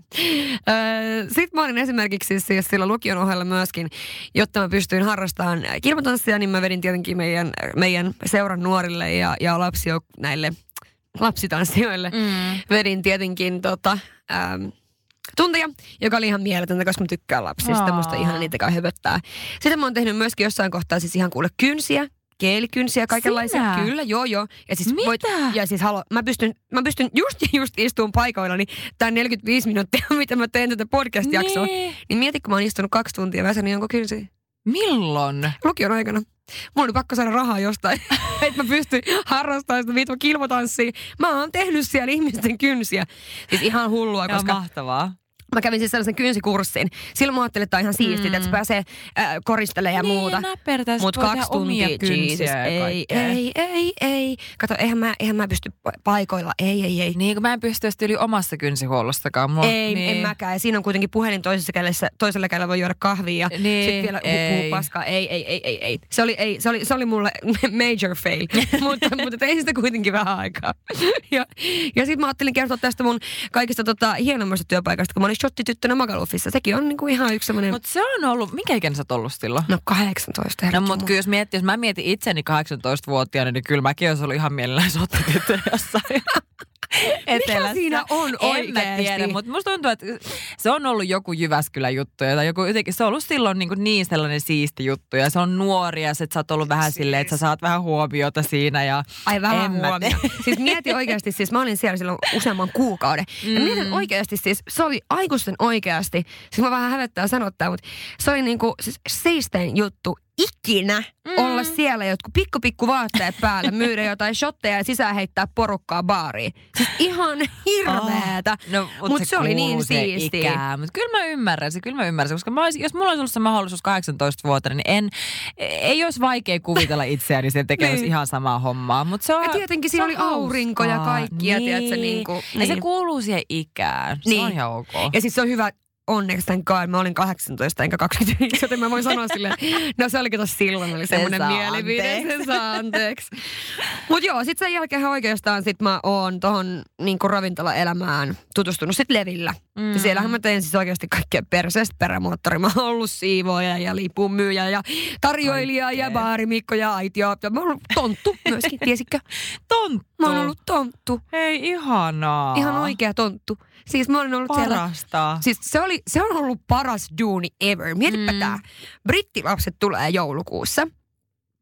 Sitten mä olin esimerkiksi siis sillä lukion ohella myöskin, jotta mä pystyin harrastamaan kilpatanssia, niin mä vedin tietenkin meidän, meidän seuran nuorille ja, ja lapsio, näille lapsitanssijoille. Mm. Vedin tietenkin tota... Ähm, tunteja, joka oli ihan mieletöntä, koska mä tykkään lapsista. Aa. Musta ihan niitä kai höpöttää. Sitten mä oon tehnyt myöskin jossain kohtaa siis ihan kuule kynsiä, keelikynsiä, kaikenlaisia. Sinä? Kyllä, joo joo. Ja siis mitä? Voit, ja siis halo, mä pystyn, mä pystyn just just istuun paikoillani tää neljäkymmentäviisi minuuttia, mitä mä teen tätä podcast-jaksoa. Nee. Niin mieti, kun mä oon istunut kaksi tuntia väsänyt jonkun kynsiä. Milloin? Lukion aikana. Mulla oli pakko saada rahaa jostain, että mä pystyin harrastamaan sitä vittua kilpatanssia. Mä oon tehnyt siellä ihmisten kynsiä. Siis ihan hullua, ja koska... mahtavaa. Mä kävin siis sellaisen kynsikurssin. Silloin mä ajattelin, että on ihan siistiä, mm. että se pääsee äh, koristelemaan ja niin, muuta. Mutta kaksi tuntia, Jesus, ei, ei, ei, ei. Kato, eihän mä, eihän mä pysty paikoilla, ei, ei, ei. Niin, kun mä en pysty yli omassa kynsihuollostakaan. Mulla, ei, niin. en mäkään. Ja siinä on kuitenkin puhelin toisessa kädessä, toisella kädellä voi juoda kahvia ja niin, sitten vielä hukkuu paskaa. Ei, ei, ei, ei, ei. Se oli, ei, se oli, se oli mulle major fail, mutta, mutta tein sitä kuitenkin vähän aikaa. ja ja sitten mä ajattelin kertoa tästä mun kaikista tota, hienommasta työpaikasta, kun mä olin shottityttönä Magalufissa. Sekin on niinku ihan yksi semmoinen... Mutta se on ollut... Minkä ikäinen sä oot ollut silloin? No kahdeksantoista. No mutta kyllä jos miettii, jos mä mietin itseni kahdeksantoistavuotiaana, niin kyllä mäkin olisi ollut ihan mielellään shottityttönä jossain. Etelässä. Mikä siinä on oikeasti? En mä tiedä, mutta musta tuntuu, että se on ollut joku Jyväskylän juttu. Tai joku, jotenkin, se on ollut silloin niin, niin sellainen siisti juttu. Ja se on nuori ja sit sä oot ollut vähän siis. silleen, että sä saat vähän huomiota siinä. Ja ai vähän huomiota. Siis mieti oikeasti, siis mä olin siellä silloin useamman kuukauden. Ja mm. mietin oikeasti, siis se oli aikuisten oikeasti. Siis mä vähän hävettää sanottaa, mutta se oli niinku siis seisten juttu ikinä mm. olla siellä jotkut pikku pikku vaatteet päällä, myydä jotain shotteja ja sisään heittää porukkaa baariin. Siis ihan hirveetä. Oh, no, mutta mut se, se oli niin siistiä. Mutta kyllä mä ymmärrän se, kyllä mä ymmärrän se, koska mä olisin, jos mulla olisi ollut se mahdollisuus kahdeksantoista-vuotiaana, niin en, ei olisi vaikea kuvitella itseäni sen tekemässä niin. ihan samaa hommaa. Mut se on, ja tietenkin siinä oli hauskaa. Aurinko ja kaikkia, niin. tiedätkö, niin kuin, niin. Ja se kuuluu siihen ikään. Se niin. on ihan ok. Ja siis se on hyvä. Onneksi tämän kai. Mä olin kahdeksantoista enkä kaksikymmentäviisi, joten mä voin sanoa silleen, no se olikin tossa silloin, oli semmoinen mielipide, se saa anteeksi. Mut joo, sit sen jälkeen oikeastaan sit mä oon tohon niinku ravintolaelämään tutustunut sit Levillä. Mm. Ja siellähän mä tein siis oikeasti kaikkea perseestä perämoottori. Mä oon ollut siivooja ja lipunmyyjä ja tarjoilija Oikein. ja baarimikko ja aitio. Ja mä oon ollut tonttu myöskin, tiesitkö? Tonttu? Mä oon ollut tonttu. Hei, ihanaa. Ihan oikea tonttu. Siis mä olin ollut Parasta. siellä. Siis se, oli, se on ollut paras duuni ever. Mietipä mm. tää. Brittilapset tulee joulukuussa.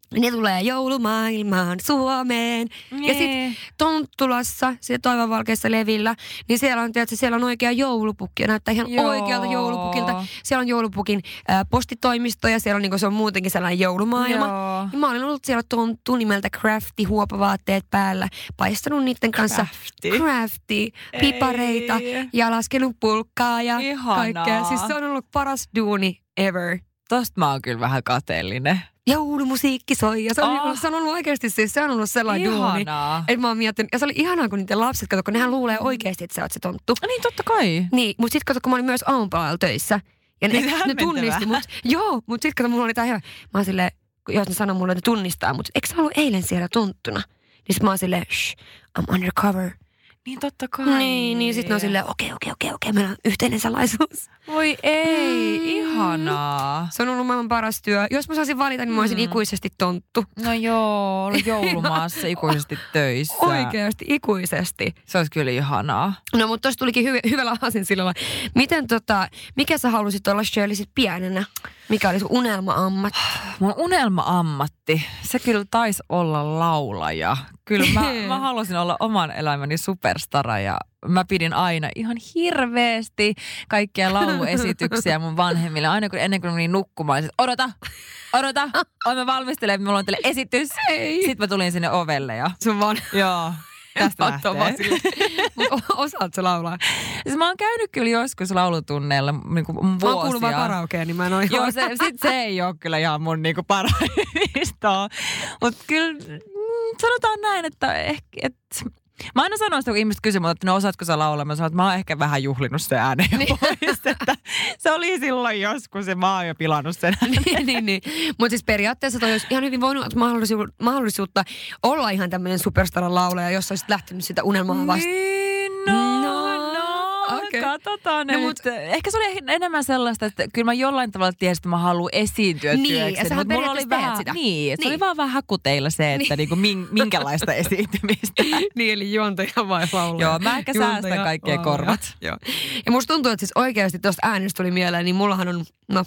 Ne tulee joulumaailmaan Suomeen. Nee. Ja sitten Tonttulassa, siellä Toivonvalkeassa levillä, niin siellä on, tiedätkö, siellä on oikea joulupukki. Ja näyttää ihan Joo. oikealta joulupukilta. Siellä on joulupukin ää, postitoimisto ja siellä on niinku, se on muutenkin sellainen joulumaailma. Joo. Ja mä olin ollut siellä tonttu nimeltä Crafty, huopavaatteet päällä. Paistanut niiden kanssa Crafty. Crafty, pipareita Ei. ja laskenut pulkkaa ja Ihanaa. kaikkea. Siis se on ollut paras duuni ever. Tosta mä oon kyllä vähän kateellinen. Joulumusiikki soi ja se on, Oh. oh. se on ollut oikeasti siis, se on ollut sellainen duuni. Ihanaa. Että mä oon miettinyt, ja se oli ihanaa, kun niiden lapset, kato, kun nehän luulee oikeasti, että sä oot se tonttu. No niin, totta kai. Niin, mutta sit kato, kun mä olin myös aamupalalla töissä. Ja ne, Niin ne hämmentävää. tunnisti mut. Joo, mutta sit kato, mulla oli tää hyvä. Mä oon silleen, jos ne sanoo mulle, että ne tunnistaa mut. Eikö sä ollut eilen siellä tonttuna? Niin sit mä oon silleen, shh, I'm undercover. Niin totta kai. Niin, niin sit ne on silleen, okei, okei, okei, okei, meillä on yhteinen salaisuus. Voi ei, Mm. ihanaa. Se on ollut maailman paras työ. Jos mä saisin valita, niin mä olisin Mm. ikuisesti tonttu. No joo, olla joulumaassa ikuisesti töissä. Oikeasti, ikuisesti. Se olisi kyllä ihanaa. No, mutta tossa tulikin hy- hyvällä aasin sillä Miten tota, mikä sä halusit olla Shirley sit pienenä? Mikä oli sun unelma-ammatti? Mun unelma-ammatti, se kyllä taisi olla laulaja. Kyllä mä, mä halusin olla oman elämäni superstara ja mä pidin aina ihan hirveästi kaikkia lauluesityksiä mun vanhemmille. Aina kun ennen kuin mä menin nukkumaan, niin odota, odota, oi mä valmistelen, mulla on teille esitys. Ei. Sitten mä tulin sinne ovelle ja Sun vaan joo, tästä Otto vaan lähtee. silleen. Mut Osaat sä laulaa? Siis mä oon käynyt kyllä joskus laulutunneilla niin kuin Mä oon kuullut vaan vuosia. karaokea, niin mä en ole ihan... Joo, se, sit se ei ole kyllä ihan mun niinku parhaimmistoa. Mutta kyllä mm, sanotaan näin, että ehkä... Et, mä aina sanon sitä, kun ihmiset kysyvät multa, että no osaatko sä laulaa? Mä sanon, että mä oon ehkä vähän juhlinut sen ääneen Niin. pois. Että se oli silloin joskus ja mä oon jo pilannut sen äänen. niin, niin, niin. Mutta siis periaatteessa toi olisi ihan hyvin voinut olla mahdollisuutta, mahdollisuutta olla ihan tämmöinen superstaran laulaja, jos olisit lähtenyt sitä unelmaa vastaan. Niin, no, No, no, okei. katsotaan No, nyt. mut- Ehkä se oli enemmän sellaista, että kyllä mä jollain tavalla tiesin, että mä haluan esiintyä Niin, työkseni. ja sähän Mut mulla oli periaatteessa teet vähän, sitä. niin, että se Niin. oli vaan vähän hakuteilla se, että niinku min, minkälaista esiintymistä. Niin, eli juontaja vai laulaja. Joo, mä ehkä Juontaja, säästän kaikkea laulaja. korvat. Joo. Ja musta tuntuu, että siis oikeasti tuosta äänestä tuli mieleen, niin mullahan on, no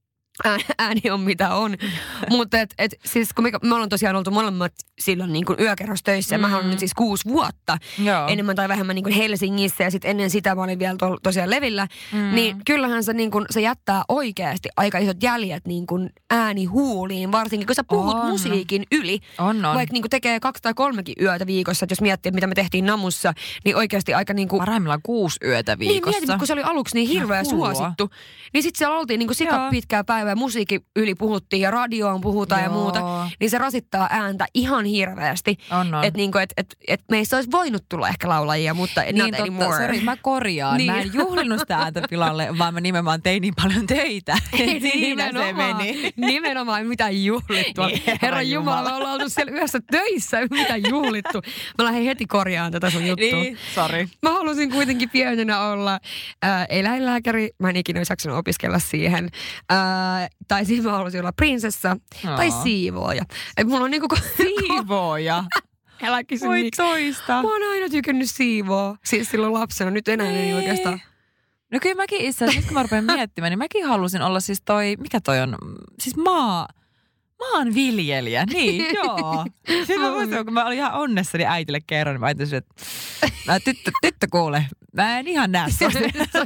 ää- ääni on mitä on. Mutta et, et, siis kun me, me ollaan tosiaan oltu molemmat silloin niin kuin yökerros töissä, ja Mm. mähän olen nyt siis kuusi vuotta Joo. enemmän tai vähemmän niin kuin Helsingissä, ja sitten ennen sitä mä olin vielä to, tosiaan levillä, Mm. niin kyllähän se, niin kuin, se jättää oikeasti aika isot jäljet niin kuin äänihuuliin, varsinkin kun sä puhut On. musiikin yli. On, on. Vaikka niin kuin tekee kaksi tai kolmekin yötä viikossa, että jos miettii, mitä me tehtiin Namussa, niin oikeasti aika niin kuin... Parhaimmillaan kuusi yötä Niin viikossa. mietin, kun se oli aluksi niin hirveä Ihan hullua. suosittu. Niin sitten siellä oltiin niin kuin sika Joo. pitkää päivää, musiikin yli puhuttiin ja radioon puhutaan ja Joo. muuta. Niin se rasittaa ääntä ihan hirveästi. On, on. Että niinku, et, et, et meistä olisi voinut tulla ehkä laulajia, mutta not Niin anymore. sorry, mä korjaan. Niin. Mä en juhlinut sitä ääntä pilalle, vaan mä nimenomaan tein niin paljon töitä. Ei, Siinä se nimenomaan. meni. Nimenomaan mitään juhlittua. Niin, Herran Herran Jumala, Jumala. me ollaan oltu siellä yhdessä töissä, mitään juhlittu. Mä lähdin heti korjaan tätä sun juttua. Niin, sorry. Mä halusin kuitenkin pienenä olla ää, eläinlääkäri. Mä en ikinä olisi jaksanut opiskella siihen. Ää, tai siis mä halusin olla prinsessa tai Aa. siivooja. Et mulla on niinku... Siivooja. Älä kysy Voi miksi. toista. Mä oon aina tykännyt siivoa. Siis silloin lapsena. Nyt enää ei oikeastaan. No kyllä mäkin itse asiassa, nyt kun mä rupean miettimään, niin mäkin halusin olla siis toi, mikä toi on, siis maa, maanviljelijä, niin joo. Sitten mä muistan, kun mä olin ihan onnessani äitille kerran, niin mä ajattelin, että mä, tyttö, tyttö kuule, mä en ihan näe sua.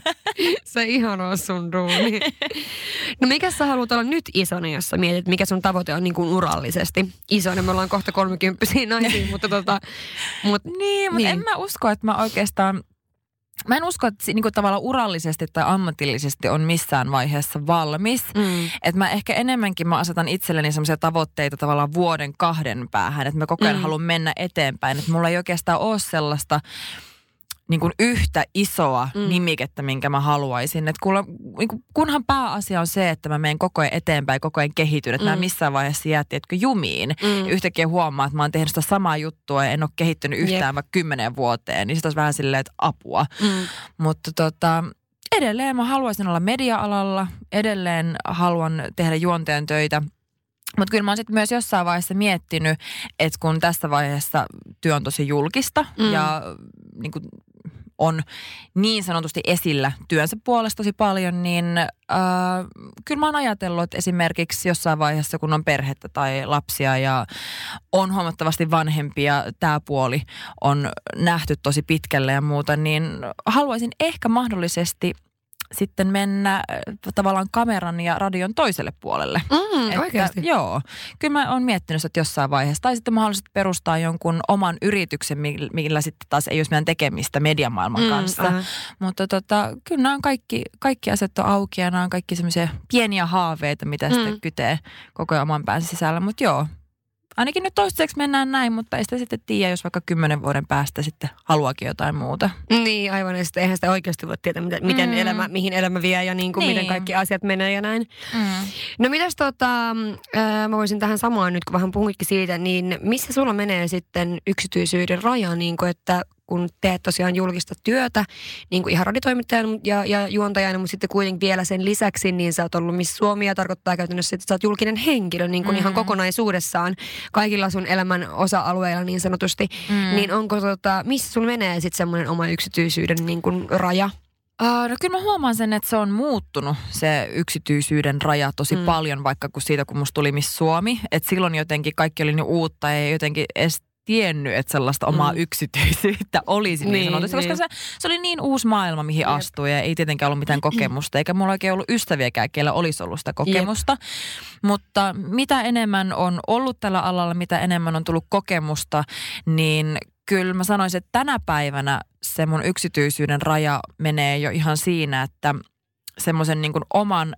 Se ihan on sun duuni. No mikä sä haluat olla nyt isona, jos sä mietit, mikä sun tavoite on niin kuin urallisesti? Isona, me ollaan kohta kolmekymppisiä naisia, mutta tota... Mut, Niin, mutta Niin. en mä usko, että mä oikeastaan, mä en usko, että niinku tavallaan urallisesti tai ammatillisesti on missään vaiheessa valmis. mm, Että mä ehkä enemmänkin mä asetan itselleni semmoisia tavoitteita tavallaan vuoden kahden päähän, että mä koko ajan Mm. mm. haluan mennä eteenpäin. Että mulla ei oikeastaan ole sellaista niin kuin yhtä isoa Mm. mm. nimikettä, minkä mä haluaisin. Että kun, niin kuin, kunhan pääasia on se, että mä menen koko ajan eteenpäin, koko ajan kehityn. Että Mm. mä en missään vaiheessa jää, tiedätkö, jumiin. mm. Ja yhtäkkiä huomaa, että mä oon tehnyt sitä samaa juttua ja en ole kehittynyt yhtään Jep. vaikka kymmeneen vuoteen. Niin sit olisi vähän silleen, että apua. Mm. Mutta tota, edelleen mä haluaisin olla media-alalla. Edelleen haluan tehdä juonteen töitä. Mutta kyllä mä oon sitten myös jossain vaiheessa miettinyt, että kun tässä vaiheessa työ on tosi julkista Mm. ja niin kuin, on niin sanotusti esillä työnsä puolesta tosi paljon, niin äh, kyllä mä oon ajatellut, että esimerkiksi jossain vaiheessa, kun on perhettä tai lapsia ja on huomattavasti vanhempi ja tämä puoli on nähty tosi pitkälle ja muuta, niin haluaisin ehkä mahdollisesti sitten mennä äh, tavallaan kameran ja radion toiselle puolelle. Mm, että, oikeasti? Joo. Kyllä mä oon miettinyt että jossain vaiheessa. Tai sitten mä haluaisin perustaa jonkun oman yrityksen, millä sitten taas ei olisi meidän tekemistä mediamaailman kanssa. Mm, Mutta tota, kyllä nämä on kaikki, kaikki asiat on auki ja nämä on kaikki semmoisia pieniä haaveita, mitä mm. sitten kytee koko ajan oman pään sisällä. Mutta joo. Ainakin nyt toistaiseksi mennään näin, mutta ei sitä sitten tiedä, jos vaikka kymmenen vuoden päästä sitten haluakin jotain muuta. Niin, aivan. Ja sitten eihän sitä oikeasti voi tietää, miten, miten mm. elämä, mihin elämä vie ja niin kuin niin. miten kaikki asiat menee ja näin. Mm. No mitäs tota, äh, mä voisin tähän samaan nyt, kun vähän puhuitkin siitä, niin missä sulla menee sitten yksityisyyden raja, niin kuin että kun teet tosiaan julkista työtä, niin kuin ihan radiotoimittajana ja, ja juontajana, mutta sitten kuitenkin vielä sen lisäksi, niin sä oot ollut Miss Suomi ja tarkoittaa käytännössä, että sä oot julkinen henkilö niin kuin mm. ihan kokonaisuudessaan kaikilla sun elämän osa-alueilla niin sanotusti. Mm. Niin onko tota, missä sulla menee sitten semmoinen oma yksityisyyden niin kuin raja? Uh, no kyllä mä huomaan sen, että se on muuttunut se yksityisyyden raja tosi mm. paljon, vaikka kun siitä kun musta tuli Miss Suomi. Että silloin jotenkin kaikki oli niin uutta ja jotenkin edes tiennyt, että sellaista omaa mm. yksityisyyttä olisi niin, niin sanotusti, koska niin. se, se oli niin uusi maailma, mihin Jep. astui ja ei tietenkään ollut mitään kokemusta, eikä mulla oikein ollut ystäviäkään, keillä olisi ollut sitä kokemusta. Jep. Mutta mitä enemmän on ollut tällä alalla, mitä enemmän on tullut kokemusta, niin kyllä mä sanoisin, että tänä päivänä se mun yksityisyyden raja menee jo ihan siinä, että semmoisen niin kuin oman,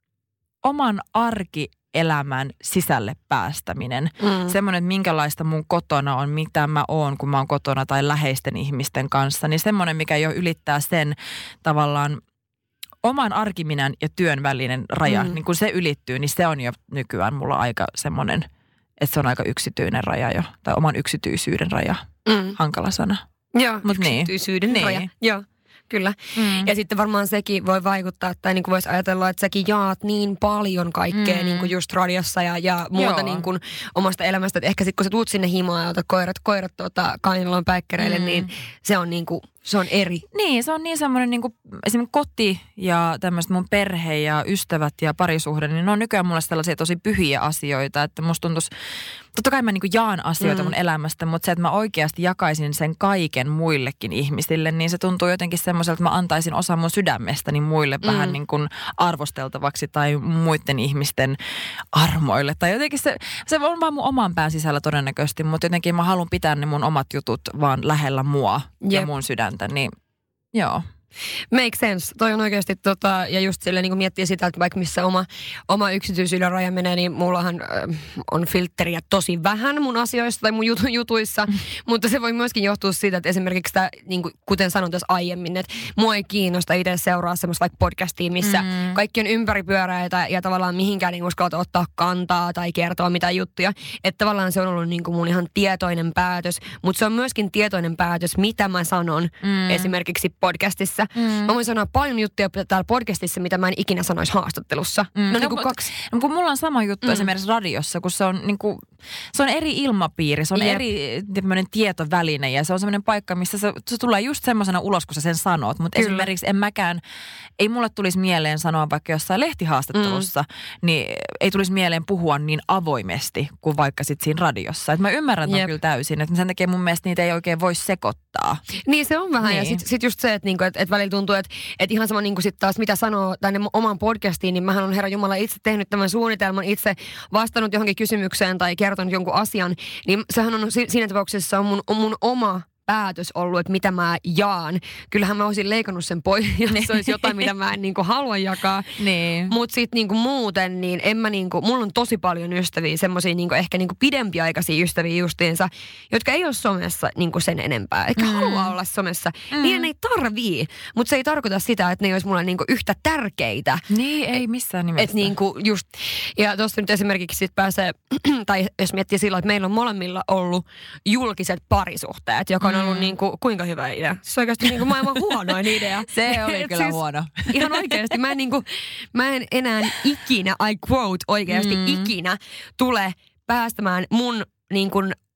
oman arki elämän sisälle päästäminen. Mm. Semmoinen, että minkälaista mun kotona on, mitä mä oon, kun mä oon kotona tai läheisten ihmisten kanssa, niin semmoinen, mikä jo ylittää sen tavallaan oman arkiminän ja työn välinen raja, mm. niin kun se ylittyy, niin se on jo nykyään mulla aika semmoinen, että se on aika yksityinen raja jo, tai oman yksityisyyden raja. Mm. Hankala sana. Joo, Mut yksityisyyden niin. raja. Niin. Joo. Kyllä. Mm. Ja sitten varmaan sekin voi vaikuttaa, tai niin kuin voisi ajatella, että säkin jaat niin paljon kaikkea mm. niin kuin just radiossa ja, ja muuta niin kuin omasta elämästä. Että ehkä sitten kun sä tuut sinne himaan ja otat koirat, koirat tuota, kainalon päikkäreille, mm. niin se on niin kuin, se on eri. Niin, se on niin semmoinen niin kuin esimerkiksi koti ja tämmöiset mun perhe ja ystävät ja parisuhde, niin ne on nykyään mulle sellaisia tosi pyhiä asioita, että musta tuntuisi, totta kai mä niin kuin jaan asioita mm. mun elämästä, mutta se, että mä oikeasti jakaisin sen kaiken muillekin ihmisille, niin se tuntuu jotenkin semmoiselta, että mä antaisin osa mun sydämestäni muille mm. vähän niin kuin arvosteltavaksi tai muiden ihmisten armoille. Tai jotenkin se, se on vaan mun oman pään sisällä todennäköisesti, mutta jotenkin mä haluan pitää ne mun omat jutut vaan lähellä mua Jep. ja mun sydäntä, niin joo. Make sense. Toi on oikeasti tota, ja just silleen niin kuin miettii sitä, että vaikka missä oma, oma yksityisyyden raja menee, niin mullahan äh, on filtteriä tosi vähän mun asioista tai mun jutu, jutuissa, mm. mutta se voi myöskin johtua siitä, että esimerkiksi sitä, niin kuin, kuten sanoin tässä aiemmin, että mua ei kiinnosta itse seuraa semmoista vaikka podcastia, missä mm. kaikki on ympäripyöräitä ja tavallaan mihinkään niin uskalta ottaa kantaa tai kertoa mitään juttuja, että tavallaan se on ollut niin kuin mun ihan tietoinen päätös, mutta se on myöskin tietoinen päätös, mitä mä sanon mm. esimerkiksi podcastissa. Mm. Mä voin sanoa paljon juttuja täällä podcastissa, mitä mä en ikinä sanoisi haastattelussa. Mm. No, no niin kuin kaksi. No, kun mulla on sama juttu mm. esimerkiksi radiossa, kun se on, niin kuin, se on eri ilmapiiri, se on Jep. eri tietoväline ja se on semmoinen paikka, missä se, se tulee just semmoisena ulos, kun sä sen sanot. Mutta esimerkiksi en mäkään, ei mulle tulisi mieleen sanoa vaikka jossain lehtihaastattelussa, mm. niin ei tulisi mieleen puhua niin avoimesti kuin vaikka sit siinä radiossa. Et mä ymmärrän ton kyllä täysin, että sen takia mun mielestä niitä ei oikein voi sekoittaa. Niin se on vähän niin. Ja sit, sit just se, että niinku, et, et välillä tuntuu, että et ihan sama niinku sit taas mitä sanoo tänne omaan podcastiin, niin mähän on Herra Jumala itse tehnyt tämän suunnitelman, itse vastannut johonkin kysymykseen tai kertonut jonkun asian, niin sehän on siinä tapauksessa on mun, on mun oma päätös ollut, että mitä mä jaan. Kyllähän mä olisin leikannut sen pois, jos se olisi jotain, mitä mä en niinku halua jakaa. Niin. Mutta sitten niinku muuten, niin en mä niinku, mulla on tosi paljon ystäviä, semmoisia niinku ehkä niinku pidempiaikaisia ystäviä justiinsa, jotka ei ole somessa niinku sen enempää. Eikä mm. halua olla somessa. Mm. Niiden ei tarvii, mutta se ei tarkoita sitä, että ne olisi mulle niinku yhtä tärkeitä. Niin, ei missään nimessä. Et niinku just, ja tuosta nyt esimerkiksi sit pääsee, tai jos miettii sillä, että meillä on molemmilla ollut julkiset parisuhteet, joka on ollut niin kuin, kuinka hyvä idea. Se on oikeasti niin kuin maailman huonoin idea. Se oli kyllä siis, huono. Ihan oikeasti. Mä en, niin kuin, mä en enää ikinä, I quote oikeasti, mm. ikinä tule päästämään mun niin kuin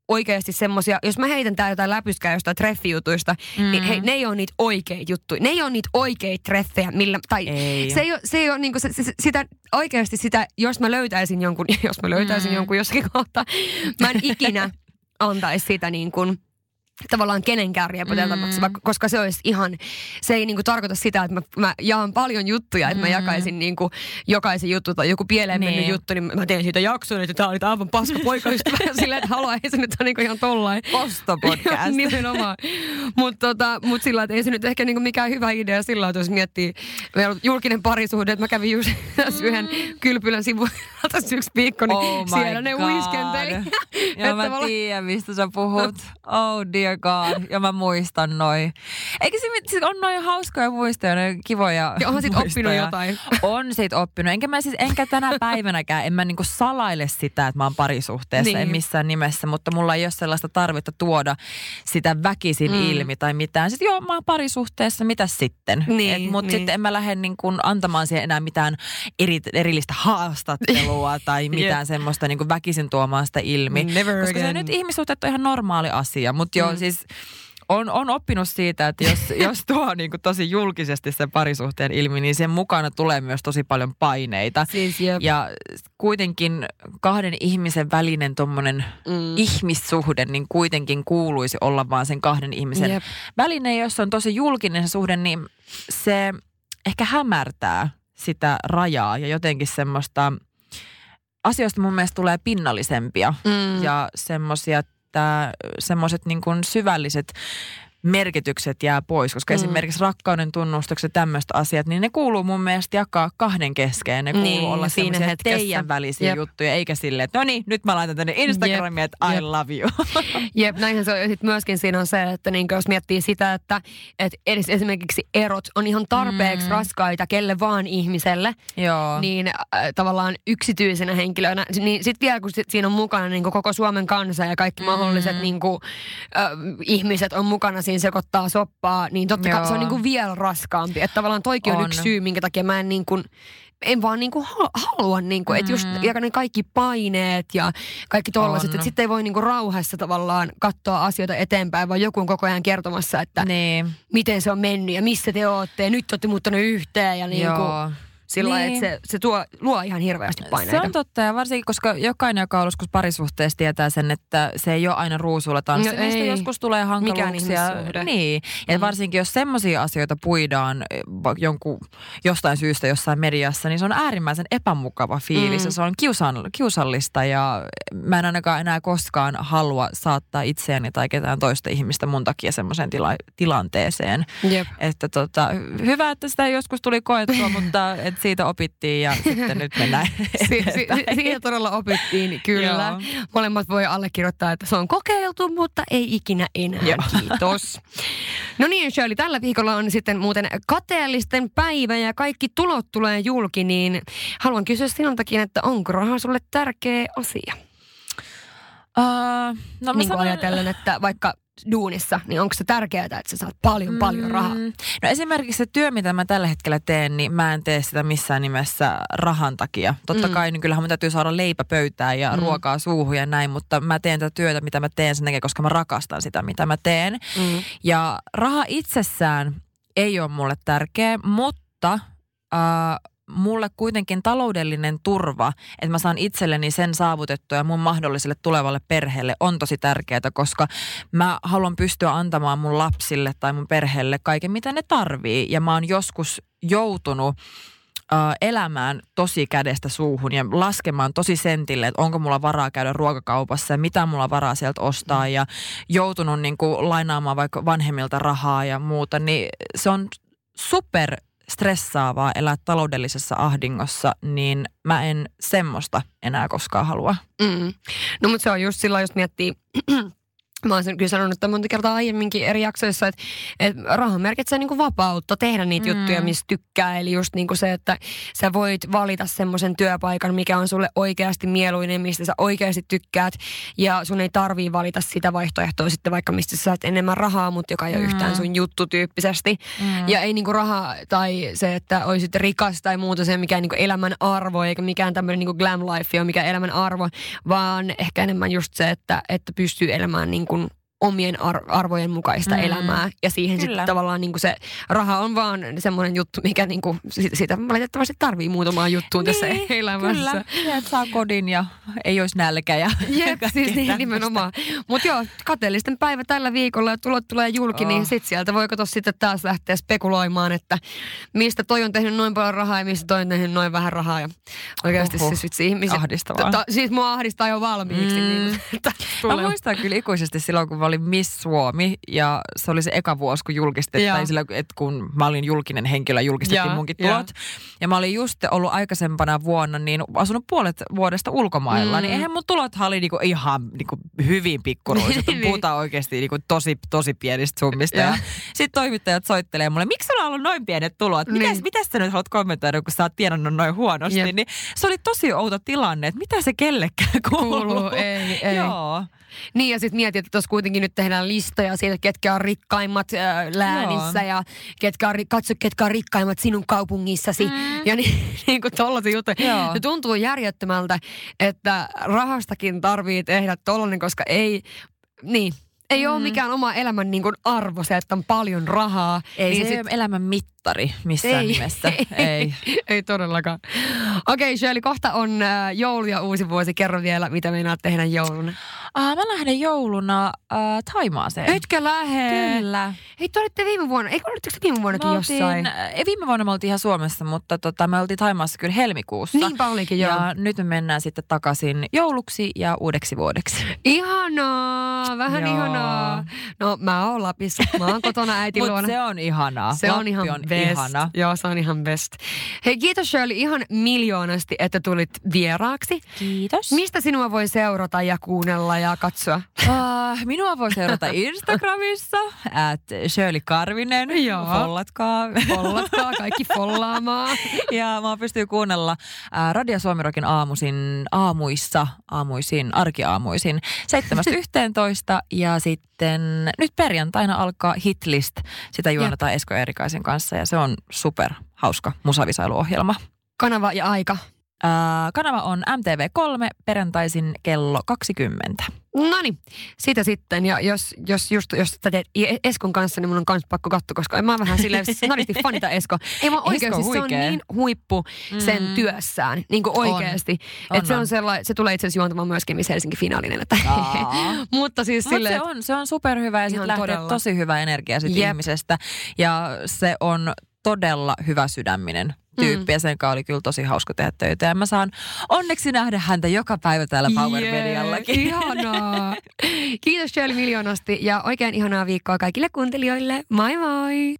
oikeasti semmosia, jos mä heitän tää jotain läpyskää jostain treffijutuista, mm. niin hei, ne ei ole niitä oikeita juttuja. Ne ei ole niitä oikeita treffejä, millä, tai ei. se ei ole, se ei ole niinku se, se, sitä, oikeasti sitä, jos mä löytäisin jonkun, jos mä löytäisin mm. jonkun jossakin kohtaa, mä en ikinä antaisi sitä niin kuin tavallaan kenenkään riepoteltavaksi, mm. koska se olisi ihan, se ei niinku tarkoita sitä, että mä, mä jaan paljon juttuja, että mä jakaisin niinku jokaisen juttu tai joku pieleen mennyt niin. juttu, niin mä teen siitä jakson, että tää oli aivan paska poikaystävä silleen, että halua, ei se nyt ole niinku ihan tollain. Ostopodcast. Nimenomaan. Mutta tota, mut sillä että ei se nyt ehkä niinku mikään hyvä idea sillä että jos miettii, meillä on julkinen parisuhde, että mä kävin just mm. yhden kylpylän sivuilta tässä yksi viikko, niin oh siellä ne uiskenteli. Joo, mä tiedän, mistä sä puhut. Oh dear God. Ja mä muistan noi. Eikä se siis on noin hauskoja muistoja, noin kivoja ja onhan sit oppinut jotain. On sit oppinut. Enkä mä siis, enkä tänä päivänäkään, en mä niinku salaile sitä, että mä oon parisuhteessa, niin. en missään nimessä, mutta mulla ei ole sellaista tarvetta tuoda sitä väkisin mm. ilmi tai mitään. Sitten joo, mä oon parisuhteessa, mitäs sitten? Niin, Mutta niin. sitten en mä lähde niinku antamaan siihen enää mitään eri, erillistä haastattelua tai mitään yeah. semmoista niinku väkisin tuomaan sitä ilmi. Never Koska again. se nyt ihmissuhteet on ihan normaali asia, mutta joo, mm. siis on, on oppinut siitä, että jos, jos tuo niin kuin tosi julkisesti sen parisuhteen ilmi, niin sen mukana tulee myös tosi paljon paineita. Siis, jep. Ja kuitenkin kahden ihmisen välinen tommonen mm. ihmissuhde, niin kuitenkin kuuluisi olla vaan sen kahden ihmisen jep. välinen. Jos on tosi julkinen se suhde, niin se ehkä hämärtää sitä rajaa ja jotenkin semmoista asioista mun mielestä tulee pinnallisempia mm. ja semmoisia, että semmoiset niin kuin syvälliset merkitykset jää pois, koska mm. esimerkiksi rakkauden tunnustukset ja tämmöiset asiat, niin ne kuuluu mun mielestä jakaa kahden kesken. Ne kuuluu niin, olla semmoisia teidän välisiä Jep. juttuja, eikä silleen, että no niin, nyt mä laitan tänne Instagramiin, että I Jep. love you. Jep, näinhän se on. Ja sitten myöskin siinä on se, että niin jos miettii sitä, että, että edes esimerkiksi erot on ihan tarpeeksi mm. raskaita kelle vaan ihmiselle, Joo. niin äh, tavallaan yksityisenä henkilönä, niin sitten vielä kun sit siinä on mukana niin koko Suomen kansa ja kaikki mm. mahdolliset niin kuin, äh, ihmiset on mukana siinä sekoittaa soppaa, niin totta kai se on niin kuin vielä raskaampi. Että tavallaan toikin on, on yksi syy, minkä takia mä en niin kuin, en vaan niin kuin halua, niin kuin, että just ja ne kaikki paineet ja kaikki tollaiset, että sitten ei voi niin kuin rauhassa tavallaan katsoa asioita eteenpäin, vaan joku on koko ajan kertomassa, että niin. miten se on mennyt ja missä te ootte ja nyt te olette muuttanut yhteen ja niin kuin sillä niin. että se, se tuo, luo ihan hirveästi paineita. Se on totta ja varsinkin, koska jokainen, joka on joskus parisuhteessa, tietää sen, että se ei ole aina ruusuilla tanssimista. No joskus tulee hankaluuksia. Niin. Ja mm. varsinkin, jos semmoisia asioita puidaan jonkun, jostain syystä jossain mediassa, niin se on äärimmäisen epämukava fiilis. Mm. Se on kiusallista ja mä en ainakaan enää koskaan halua saattaa itseäni tai ketään toista ihmistä mun takia semmoiseen tila- tilanteeseen. Jep. Että tota, hyvä, että sitä joskus tuli koettua, mutta et siitä opittiin ja sitten nyt mennään si- si- Siihen todella opittiin, kyllä. Joo. Molemmat voi allekirjoittaa, että se on kokeiltu, mutta ei ikinä enää. Joo. Kiitos. No niin, Shirley, tällä viikolla on sitten muuten kateellisten päivä ja kaikki tulot tulee julki, niin haluan kysyä sinultakin, että onko raha sulle tärkeä asia? Uh, no niin sanon... ajatellen, että vaikka duunissa, niin onko se tärkeää, että sä saat paljon, mm. paljon rahaa? No esimerkiksi se työ, mitä mä tällä hetkellä teen, niin mä en tee sitä missään nimessä rahan takia. Totta mm. kai, niin kyllähän mun täytyy saada leipä pöytään ja mm. ruokaa suuhun ja näin, mutta mä teen tätä työtä, mitä mä teen sen takia, koska mä rakastan sitä, mitä mä teen. Mm. Ja raha itsessään ei ole mulle tärkeä, mutta Äh, mulle kuitenkin taloudellinen turva, että mä saan itselleni sen saavutettua ja mun mahdolliselle tulevalle perheelle on tosi tärkeää, koska mä haluan pystyä antamaan mun lapsille tai mun perheelle kaiken, mitä ne tarvii. Ja mä oon joskus joutunut äh, elämään tosi kädestä suuhun ja laskemaan tosi sentille, että onko mulla varaa käydä ruokakaupassa ja mitä mulla varaa sieltä ostaa mm. ja joutunut niin kuin lainaamaan vaikka vanhemmilta rahaa ja muuta, niin se on super stressaavaa elää taloudellisessa ahdingossa, niin mä en semmoista enää koskaan halua. Mm. No mutta se on just silloin, jos miettii Mä oon sen kyllä sanonut tämän monta kertaa aiemminkin eri jaksoissa, että, että raha merkitsee niin kuin vapautta tehdä niitä mm. juttuja, mistä tykkää. Eli just niin kuin se, että sä voit valita semmoisen työpaikan, mikä on sulle oikeasti mieluinen, mistä sä oikeasti tykkäät. Ja sun ei tarvii valita sitä vaihtoehtoa sitten vaikka mistä sä saat enemmän rahaa, mutta joka ei ole mm. yhtään sun juttu tyyppisesti. Mm. Ja ei niin kuin raha tai se, että olisit rikas tai muuta, se mikään niin kuin elämän arvo, eikä mikään tämmöinen niin kuin glam life ole mikään elämän arvo, vaan ehkä enemmän just se, että, että pystyy elämään niin kuin omien ar- arvojen mukaista mm. elämää. Ja siihen sitten tavallaan niin kuin se raha on vaan semmoinen juttu, mikä niin kuin, siitä, siitä valitettavasti tarvii muutamaa juttuun niin, tässä elämässä. Kyllä, ja saa kodin ja ei olisi nälkä ja jep, siis niin, nimenomaan. Mutta joo, kateellisten päivä tällä viikolla ja tulot tulee julki, oh. niin sitten sieltä voi katsoa sitten taas lähteä spekuloimaan, että mistä toi on tehnyt noin paljon rahaa ja mistä toi on tehnyt noin vähän rahaa. Ja oikeasti Oho. siis vitsi ihmiset. Ahdistavaa. Ta, siis mua ahdistaa jo valmiiksi. Mm. Niin kuin, mä muistan kyllä ikuisesti silloin, kun oli Miss Suomi ja se oli se eka vuosi, kun julkistettiin, sillä, että kun mä olin julkinen henkilö, julkistettiin ja, munkin tulot. Ja. ja mä olin just ollut aikaisempana vuonna niin asunut puolet vuodesta ulkomailla, mm. niin eihän mun tulothan oli niinku ihan niinku hyvin pikkuruiset. Puhutaan oikeasti niinku tosi, tosi pienistä summista. ja ja sitten toimittajat soittelee mulle, miksi sulla on ollut noin pienet tulot? Mitäs, niin. mitäs sä nyt haluat kommentoida, kun sä oot tienannut noin huonosti? Yep. Niin se oli tosi outo tilanne, että mitä se kellekään kuuluu. kuuluu ei, ei. Joo. Niin ja sitten mietit, että tuossa kuitenkin nyt tehdään listoja siitä, ketkä on rikkaimmat äh, läänissä Joo. ja ketkä on, katso, ketkä on rikkaimmat sinun kaupungissasi. Mm. Ja niin, niin kuin tollaisia juttuja. Se tuntuu järjettömältä, että rahastakin tarvii tehdä tollainen, koska ei, niin. Ei mm. ole mikään oma elämän niin kuin arvo se, että on paljon rahaa. Ei niin se sit... ole elämän mittari missään ei, nimessä. Ei, ei. ei todellakaan. Okei, okay, Shirley, kohta on äh, joulu ja uusi vuosi. Kerro vielä, mitä meinaat tehdä jouluna. Ah, mä lähden jouluna äh, Thaimaaseen. Etkö lähde? Kyllä. Hei, te olitte viime vuonna, eikö olitteko te viime vuonnakin oltiin, jossain? Ei, viime vuonna me oltiin ihan Suomessa, mutta tota, me oltiin Thaimaassa kyllä helmikuussa. Niinpä olikin, joo. Ja nyt me mennään sitten takaisin jouluksi ja uudeksi vuodeksi. Ihanaa, vähän joo. ihanaa. No mä oon Lapissa, mä oon kotona äitin luona. Mutta se on ihanaa. Se Lappi on ihan on best. ihana. Joo, se on ihan best. Hei, kiitos Shirley ihan miljoonasti, että tulit vieraaksi. Kiitos. Mistä sinua voi seurata ja kuunnella ja katsoa? Uh, minua voi seurata Instagramissa, at Shirley Karvinen. Joo. Follatkaa. Follatkaa, kaikki follaamaan. Ja mä pystyy kuunnella uh, Radio Suomi Rockin aamuisin, aamuissa, aamuisin, arkiaamuisin seitsemästä yhteentoista ja sitten nyt perjantaina alkaa Hitlist. Sitä juonataan Esko Eerikaisen kanssa ja se on super hauska musavisailuohjelma. Kanava ja aika? Uh, kanava on M T V kolme perjantaisin kello kaksikymmentä. Noniin, sitä sitten. Ja jos, jos just jos sä teet Eskon kanssa, niin mun on kans pakko katsoa, koska mä vähän silleen snadisti fanita Esko. Ei vaan oikeasti, se on niin huippu sen mm. työssään, niin kuin oikeasti. Että se on sellainen, se tulee itse asiassa juontamaan myöskin Miss Helsinki finaalinen. Mutta siis Mut silleen, se on, se on superhyvä ja sitten lähtee todella. Tosi hyvä energia sit ihmisestä. Ja se on todella hyvä sydäminen tyyppi, ja sen kanssa oli kyllä tosi hauska tehdä töitä. Ja mä saan onneksi nähdä häntä joka päivä täällä Power yeah, Mediallakin. Ihanaa. Kiitos Shirley miljoonasti ja oikein ihanaa viikkoa kaikille kuuntelijoille. Moi moi!